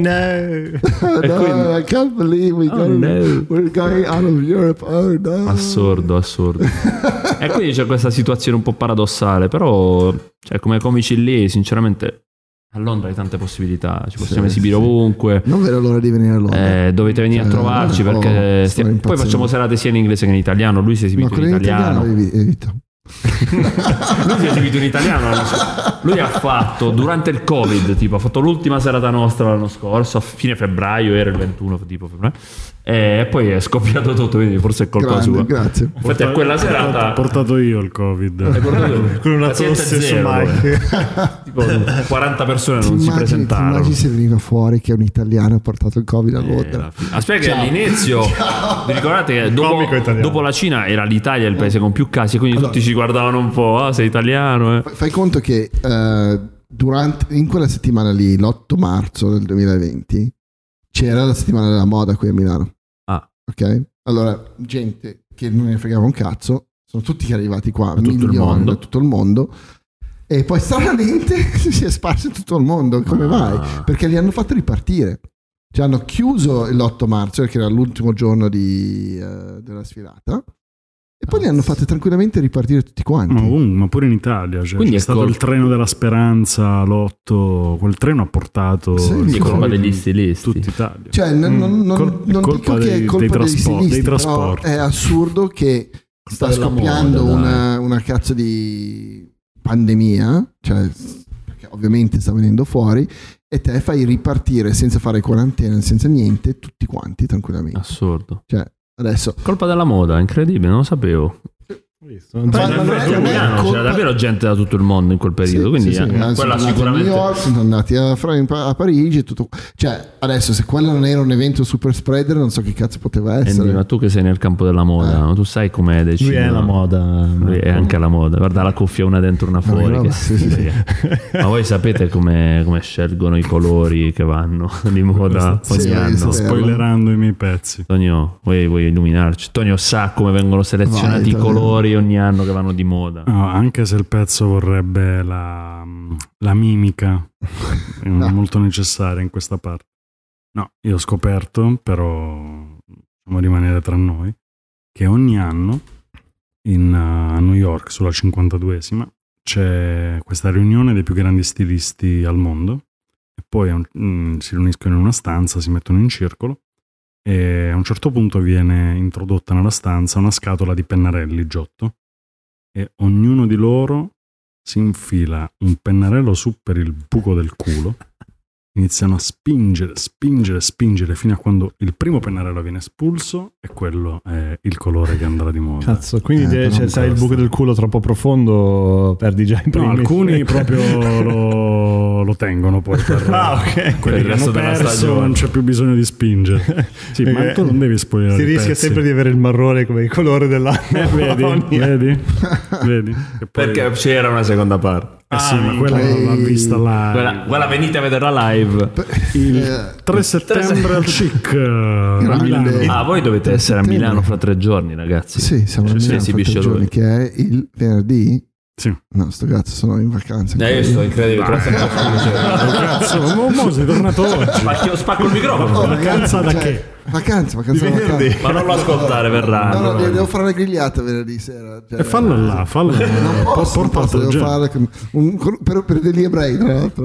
no. I can't believe we're going out of Europe. Oh no. Assurdo. E quindi c'è questa situazione un po' paradossale, però cioè, come comici lì, sinceramente, a Londra hai tante possibilità, ci possiamo esibire ovunque. Non vedo l'ora di venire a Londra. Dovete venire a trovarci perché poi facciamo serate sia in inglese che in italiano. Lui si è esibito in italiano. Lui si è esibito in italiano. Lui ha fatto durante il Covid, tipo ha fatto l'ultima serata nostra l'anno scorso, a fine febbraio, era il 21 tipo febbraio, e poi è scoppiato tutto, quindi forse è colpa sua. Grazie. Infatti a quella serata ho portato io il Covid. Con una tosse su Mike. Tipo 40 persone non si presentarono. Immagini se veniva fuori che un italiano ha portato il Covid a Londra. Aspetta che all'inizio vi ricordate che dopo la Cina era l'Italia il paese con più casi, quindi tutti ci guardavano un po', sei italiano. Fai conto che in quella settimana lì, l'8 marzo del 2020, c'era la settimana della moda qui a Milano. Ok? Allora, gente che non ne fregava un cazzo, sono tutti arrivati qua, da tutto il mondo. E poi stranamente si è sparso in tutto il mondo. Come mai? Perché li hanno fatti ripartire. Cioè hanno chiuso l'8 marzo, che era l'ultimo giorno della sfilata. E poi li hanno fatti tranquillamente ripartire tutti quanti. Ma pure in Italia, cioè, c'è stato il treno della speranza, l'8, quel treno ha portato quindi è colpa degli stilisti, tutta Italia. Cioè non dico che è colpa degli stilisti, dei trasporti. Però è assurdo che sta scoppiando una cazzo di pandemia, cioè perché ovviamente sta venendo fuori, e te fai ripartire senza fare quarantena, senza niente, tutti quanti tranquillamente. Assurdo. Cioè adesso colpa della moda, incredibile, non lo sapevo. C'era davvero gente da tutto il mondo in quel periodo, quindi quella sicuramente. A New York, sono andati a Parigi, tutto. Cioè adesso se quello non era un evento super spreader, non so che cazzo poteva essere. Ma tu che sei nel campo della moda, no? Tu sai com'è deciso. Lui è la moda. Lui è anche la moda. Guarda la cuffia una dentro una fuori. Ma voi sapete come scelgono i colori che vanno di moda ogni anno? Sto spoilerando i miei pezzi. Tonio, vuoi illuminarci? Tonio sa come vengono selezionati i colori ogni anno che vanno di moda. No, anche se il pezzo vorrebbe la mimica molto necessaria in questa parte. No, io ho scoperto, però possiamo rimanere tra noi, che ogni anno a New York, sulla 52esima, c'è questa riunione dei più grandi stilisti al mondo, e poi si riuniscono in una stanza, si mettono in circolo, e a un certo punto viene introdotta nella stanza una scatola di pennarelli Giotto, e ognuno di loro si infila un pennarello su per il buco del culo, iniziano a spingere fino a quando il primo pennarello viene espulso e quello è il colore che andrà di moda. Cazzo, quindi se hai il buco del culo troppo profondo perdi già i primi. No, alcuni proprio lo tengono poi per ok. quelli che hanno perso, non c'è più bisogno di spingere. Sì, ma tu non devi spoilerare. Si rischia sempre di avere il marrone come il colore della vedi? Che poi... Perché c'era una seconda parte. Sì, ma quella l'ha vista live. Quella venite a vederla live il 3 settembre al CIC a Milano. Voi dovete essere a Milano fra 3 giorni, ragazzi. Sì, siamo a Milano fra 3 giorni, che è il venerdì. Sì. No, sto cazzo, sono in vacanza. Io sto incredibile. Cazzo, mo sei tornato oggi. Spacco il microfono. Vacanza da che? Vacanza. Ma non lo ascoltare, verrà. No, devo fare una grigliata venerdì sera. E fallo là. Non posso, devo fare per degli ebrei, tra l'altro.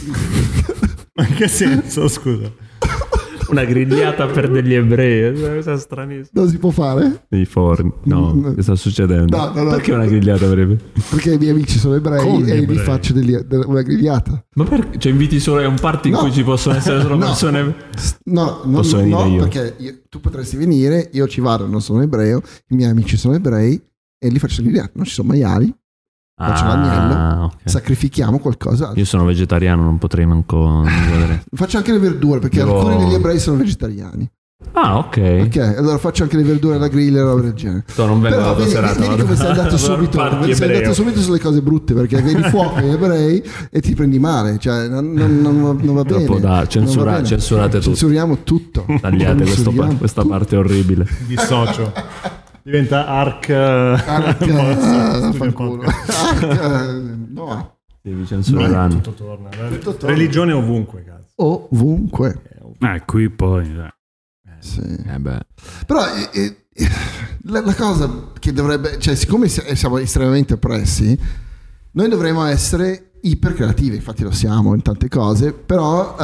Ma in che senso, scusa? Una grigliata per degli ebrei, è una cosa stranissima. Non si può fare? Nei forni. No, che sta succedendo? No. Perché una grigliata per Perché i miei amici sono ebrei e gli faccio una grigliata. Ma perché? Cioè inviti solo a un party in cui ci possono essere solo persone? No, io. perché tu potresti venire, io ci vado, non sono ebreo, i miei amici sono ebrei e li faccio grigliata. Non ci sono maiali. Faccio l'agnello, okay. Sacrifichiamo qualcosa. Io sono vegetariano, non potrei manco vedere. Faccio anche le verdure perché alcuni degli ebrei sono vegetariani. Ok, allora faccio anche le verdure alla griglia e roba del genere. Non vengo alla tua serata. Vedi come sei andato subito. Sei andato subito sulle cose brutte perché vedi fuoco agli ebrei e ti prendi male. Cioè, non va bene. Censurate tutto. Censuriamo tutto. Tagliate questa parte orribile. Dissocio. Diventa Arc fanculo. No. Vi censureranno. Tutto torna. Religione ovunque, cazzo. Ovunque. Qui poi. Sì. Beh. Però la cosa che dovrebbe, cioè, siccome siamo estremamente oppressi, noi dovremmo essere ipercreativi. Infatti lo siamo in tante cose. Però,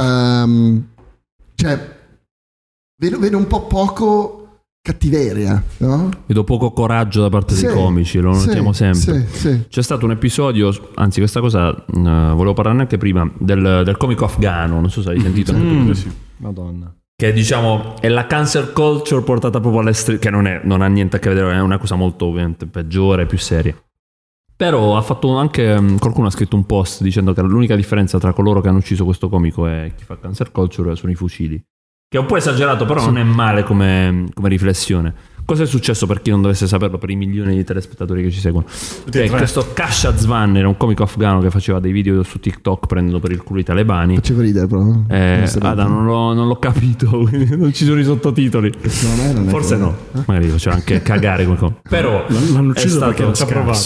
cioè, vedo un po' poco cattiveria, no? Vedo poco coraggio da parte dei comici, lo notiamo sempre. Sì. C'è stato un episodio, anzi questa cosa volevo parlarne anche prima, del comico afghano, non so se hai sentito. Sì. Madonna. Che diciamo è la cancel culture portata proprio all'estremo, che non ha niente a che vedere, è una cosa molto ovviamente peggiore, più seria. Però ha fatto anche, qualcuno ha scritto un post dicendo che l'unica differenza tra coloro che hanno ucciso questo comico e chi fa cancel culture sono i fucili. Che è un po' esagerato, però non è male come riflessione. Cosa è successo, per chi non dovesse saperlo, per i milioni di telespettatori che ci seguono? Questo Kashad Svan era un comico afghano che faceva dei video su TikTok prendendo per il culo i talebani. Faceva ridere proprio. Non l'ho capito, quindi non ci sono i sottotitoli. Forse no. Magari faceva anche cagare come però l'hanno ucciso perché non ci ha provato.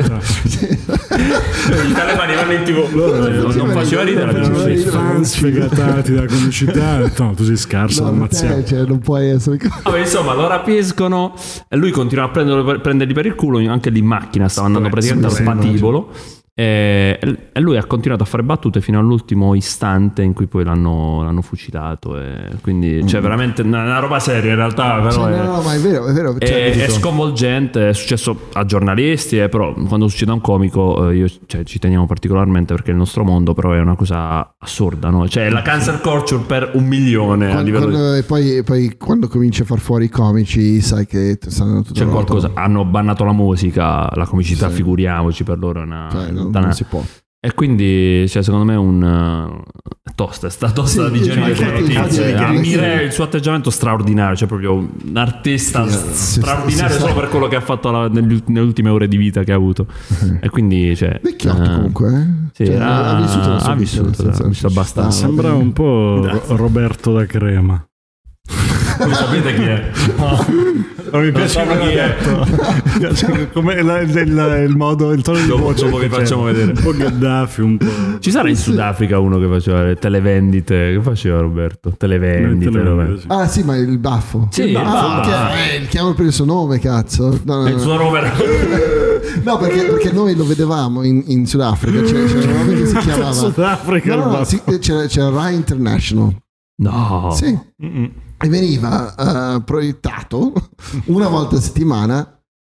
I talebani vanno in TV. Non faceva ridere. I fan sfegatati da comicità. No, tu sei scarso da ammazzare. Cioè, non puoi essere. Vabbè, insomma, lo rapiscono e lui continua a prenderli per il culo. Anche lì in macchina stava andando praticamente al patibolo. E lui ha continuato a fare battute fino all'ultimo istante in cui poi l'hanno fucilato. E quindi, cioè, veramente una roba seria in realtà. Però no, ma è vero. È sconvolgente, è successo a giornalisti, però quando succede a un comico ci teniamo particolarmente perché il nostro mondo però è una cosa assurda, no? Cioè la cancel culture per 1 milione a livello e poi quando cominci a far fuori i comici sai che stanno tutto c'è qualcosa, hanno bannato la musica, la comicità, figuriamoci, per loro è una non si può. E quindi, cioè, secondo me è tosta da digerire le notizie. Ammire il suo atteggiamento straordinario, cioè proprio un artista straordinario solo per quello che ha fatto nelle ultime ore di vita che ha avuto. E quindi, cioè, vecchiotto comunque. Sì, ha vissuto abbastanza. Sembra un po' Roberto da Crema. Voi sapete chi è? Non mi piace chi è. Come il modo, il tono di voce. Dopo vi facciamo vedere. Un po' Gheddafi, un po'. Ci sarà in Sudafrica uno che faceva le televendite. Che faceva Roberto? Televendite. Sì. Ah sì, ma il baffo. Sì, il baffo. Chiamalo per il suo nome, cazzo. No. Il suo nome. No, perché noi lo vedevamo in Sudafrica. C'era un nome che si chiamava Sudafrica. C'era Rai International. No. Sì. E veniva proiettato una volta a settimana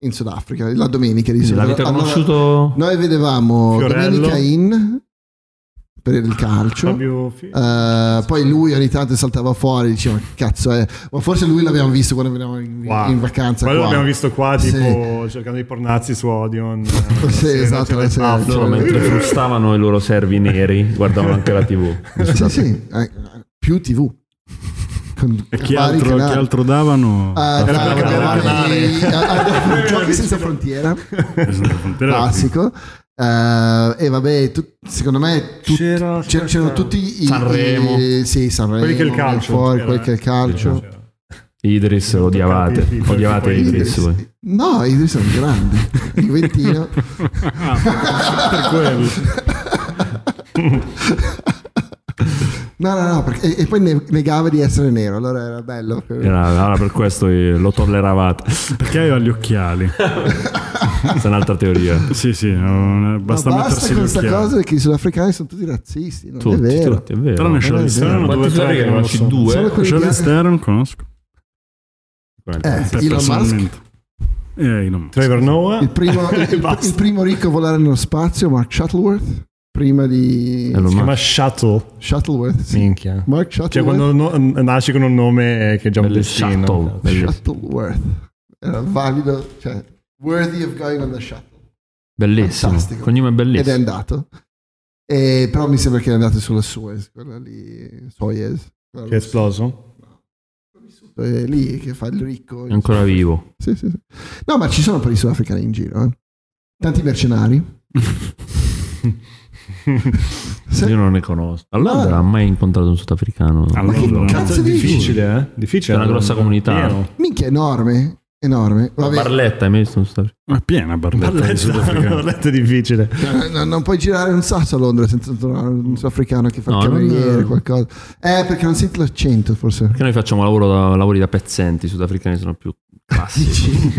in Sudafrica, la domenica di solito. L'avete conosciuto? Noi vedevamo Fiorello. Domenica in per il calcio, poi lui ogni tanto saltava fuori, diceva che cazzo è, ma forse lui l'abbiamo visto quando venivamo in vacanza. Quello qua. l'abbiamo visto qua, tipo cercando di pornazzi su Odeon. Sì, esatto, la sera. Loro mentre frustavano i loro servi neri guardavano anche la TV. Sì, più TV. E chi altro davano? Era per cambiare canale. Giochi senza frontiera, classico. E vabbè, secondo me c'erano tutti Sanremo. Sanremo, quelli che il calcio, quelli che il calcio. Idris odiavate Idris voi. No, Idris è un grande Juventino. Per quello. No, perché, e poi negava di essere nero, allora era bello. Allora per questo lo tolleravate. Perché aveva gli occhiali? Questa è un'altra teoria. Sì, basta mettersi con gli questa occhiali. cosa che i sudafricani sono tutti razzisti, non Tutti, è vero. tutti, è vero. Tranne Charlie Theron. Quanti sudafricani conosci? Solo quelli Charlie che- Theron conosco. Elon Musk, Elon Musk. Trevor Noah. il primo ricco a volare nello spazio, Mark Shuttleworth, prima di Elon Si chiama Musk. Shuttleworth, sì. Minchia. Mark Cioè Shuttleworth. quando nasci con un nome che è già un destino. Shuttle. Bellissimo. Shuttleworth era valido, cioè worthy of going on the shuttle. Bellissimo. Fantastico. Cognome Ed è bellissimo. andato. Però mi sembra che è andato sulla Suez, quella lì, Soyuz. Che è esploso. È lì che fa il ricco. È ancora vivo. Sì. No, ma ci sono un po' di sudafricani in giro, tanti mercenari. Sì. Io non ne conosco. Allora non ha mai incontrato un sudafricano. Ma che cazzo È dici? difficile, eh? Difficile. C'è una grossa comunità. Pieno. Minchia, enorme. Vabbè, Barletta, hai mai visto un sudafricano? È piena Barletta di sudafricano. Barletta è difficile. non puoi girare un sasso a Londra senza trovare un sudafricano che fa No, il cameriere, non- qualcosa. Perché non senti l'accento, forse. Perché noi facciamo lavori da pezzenti, i sudafricani sono più classici.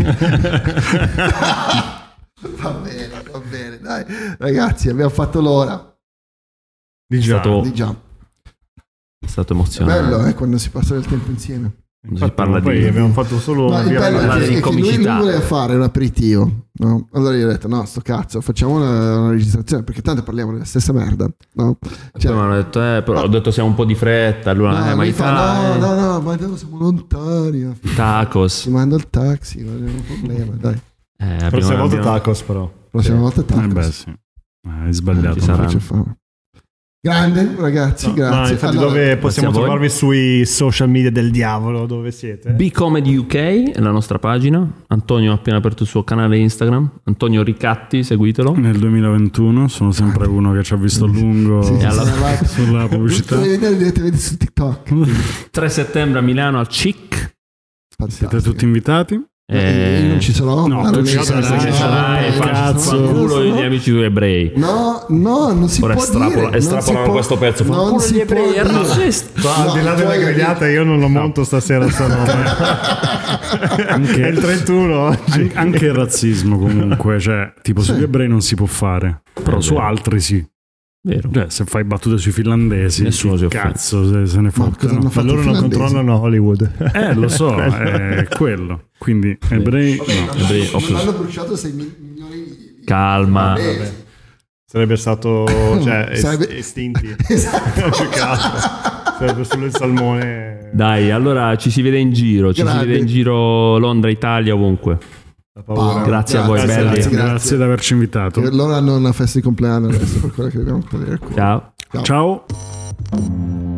Va bene, dai. Ragazzi, abbiamo fatto l'ora. È stato, Di già. è stato emozionante. Bello, quando si passa del tempo insieme. Si parla poi di... abbiamo fatto solo No, il bello parlare è di che lui comicità. voleva fare un aperitivo, no? Allora io ho detto no, sto cazzo, facciamo una registrazione perché tanto parliamo della stessa merda, no? Poi mi hanno detto, però ho detto siamo un po' di fretta. Allora, ma lui i fa, no, ma no, siamo lontani. tacos. Ti mando il taxi, non è un problema, dai. Prossima volta tacos però. Prossima volta tacos. Beh, sì. Hai sbagliato. Ci sarà. C'è fame. Grande, ragazzi, No, grazie. infatti Allora, dove possiamo a voi. trovarvi sui social media del diavolo? Dove siete? B-Comedy UK è la nostra pagina. Antonio ha appena aperto il suo canale Instagram. Antonio Ricatti, seguitelo. Nel 2021 sono sempre uno che ci ha visto a lungo Sì, E alla- sulla pubblicità. Potete vedere direttamente su TikTok. 3 settembre a Milano al CIC. Siete tutti invitati? Io non ci sarò. No, ma tu non ci mi- sarai, Sarai, cazzo. fanculo gli amici ebrei. No, non si Ora può dire. estrapolano questo pezzo. Non Fanculo si gli può ebrei, è dire. razzista. Al di là No, della poi- grigliata io non lo monto stasera sto nome. È il 31 oggi. Anche il razzismo comunque, cioè tipo sugli ebrei non si può fare, però su altri sì. Vero. Cioè se fai battute sui finlandesi, Nessuno si offende. cazzo se ne cosa hanno fottano. Ma fatto loro i non finlandesi? controllano Hollywood. Lo so, è quello. Quindi ebrei no. Ebrei, Non hanno bruciato 6 milioni di... Calma. Sarebbe stato Sarebbe- estinti. Esatto. Più che altro. Sarebbe solo il salmone. Dai, allora ci si vede in giro. Ci si Grandi. vede in giro Londra, Italia, ovunque. La paura. Grazie a voi, Grazie, belli. grazie. Grazie di averci invitato. Loro hanno una festa di compleanno adesso per quello che dobbiamo vedere qua. Ciao. Ciao.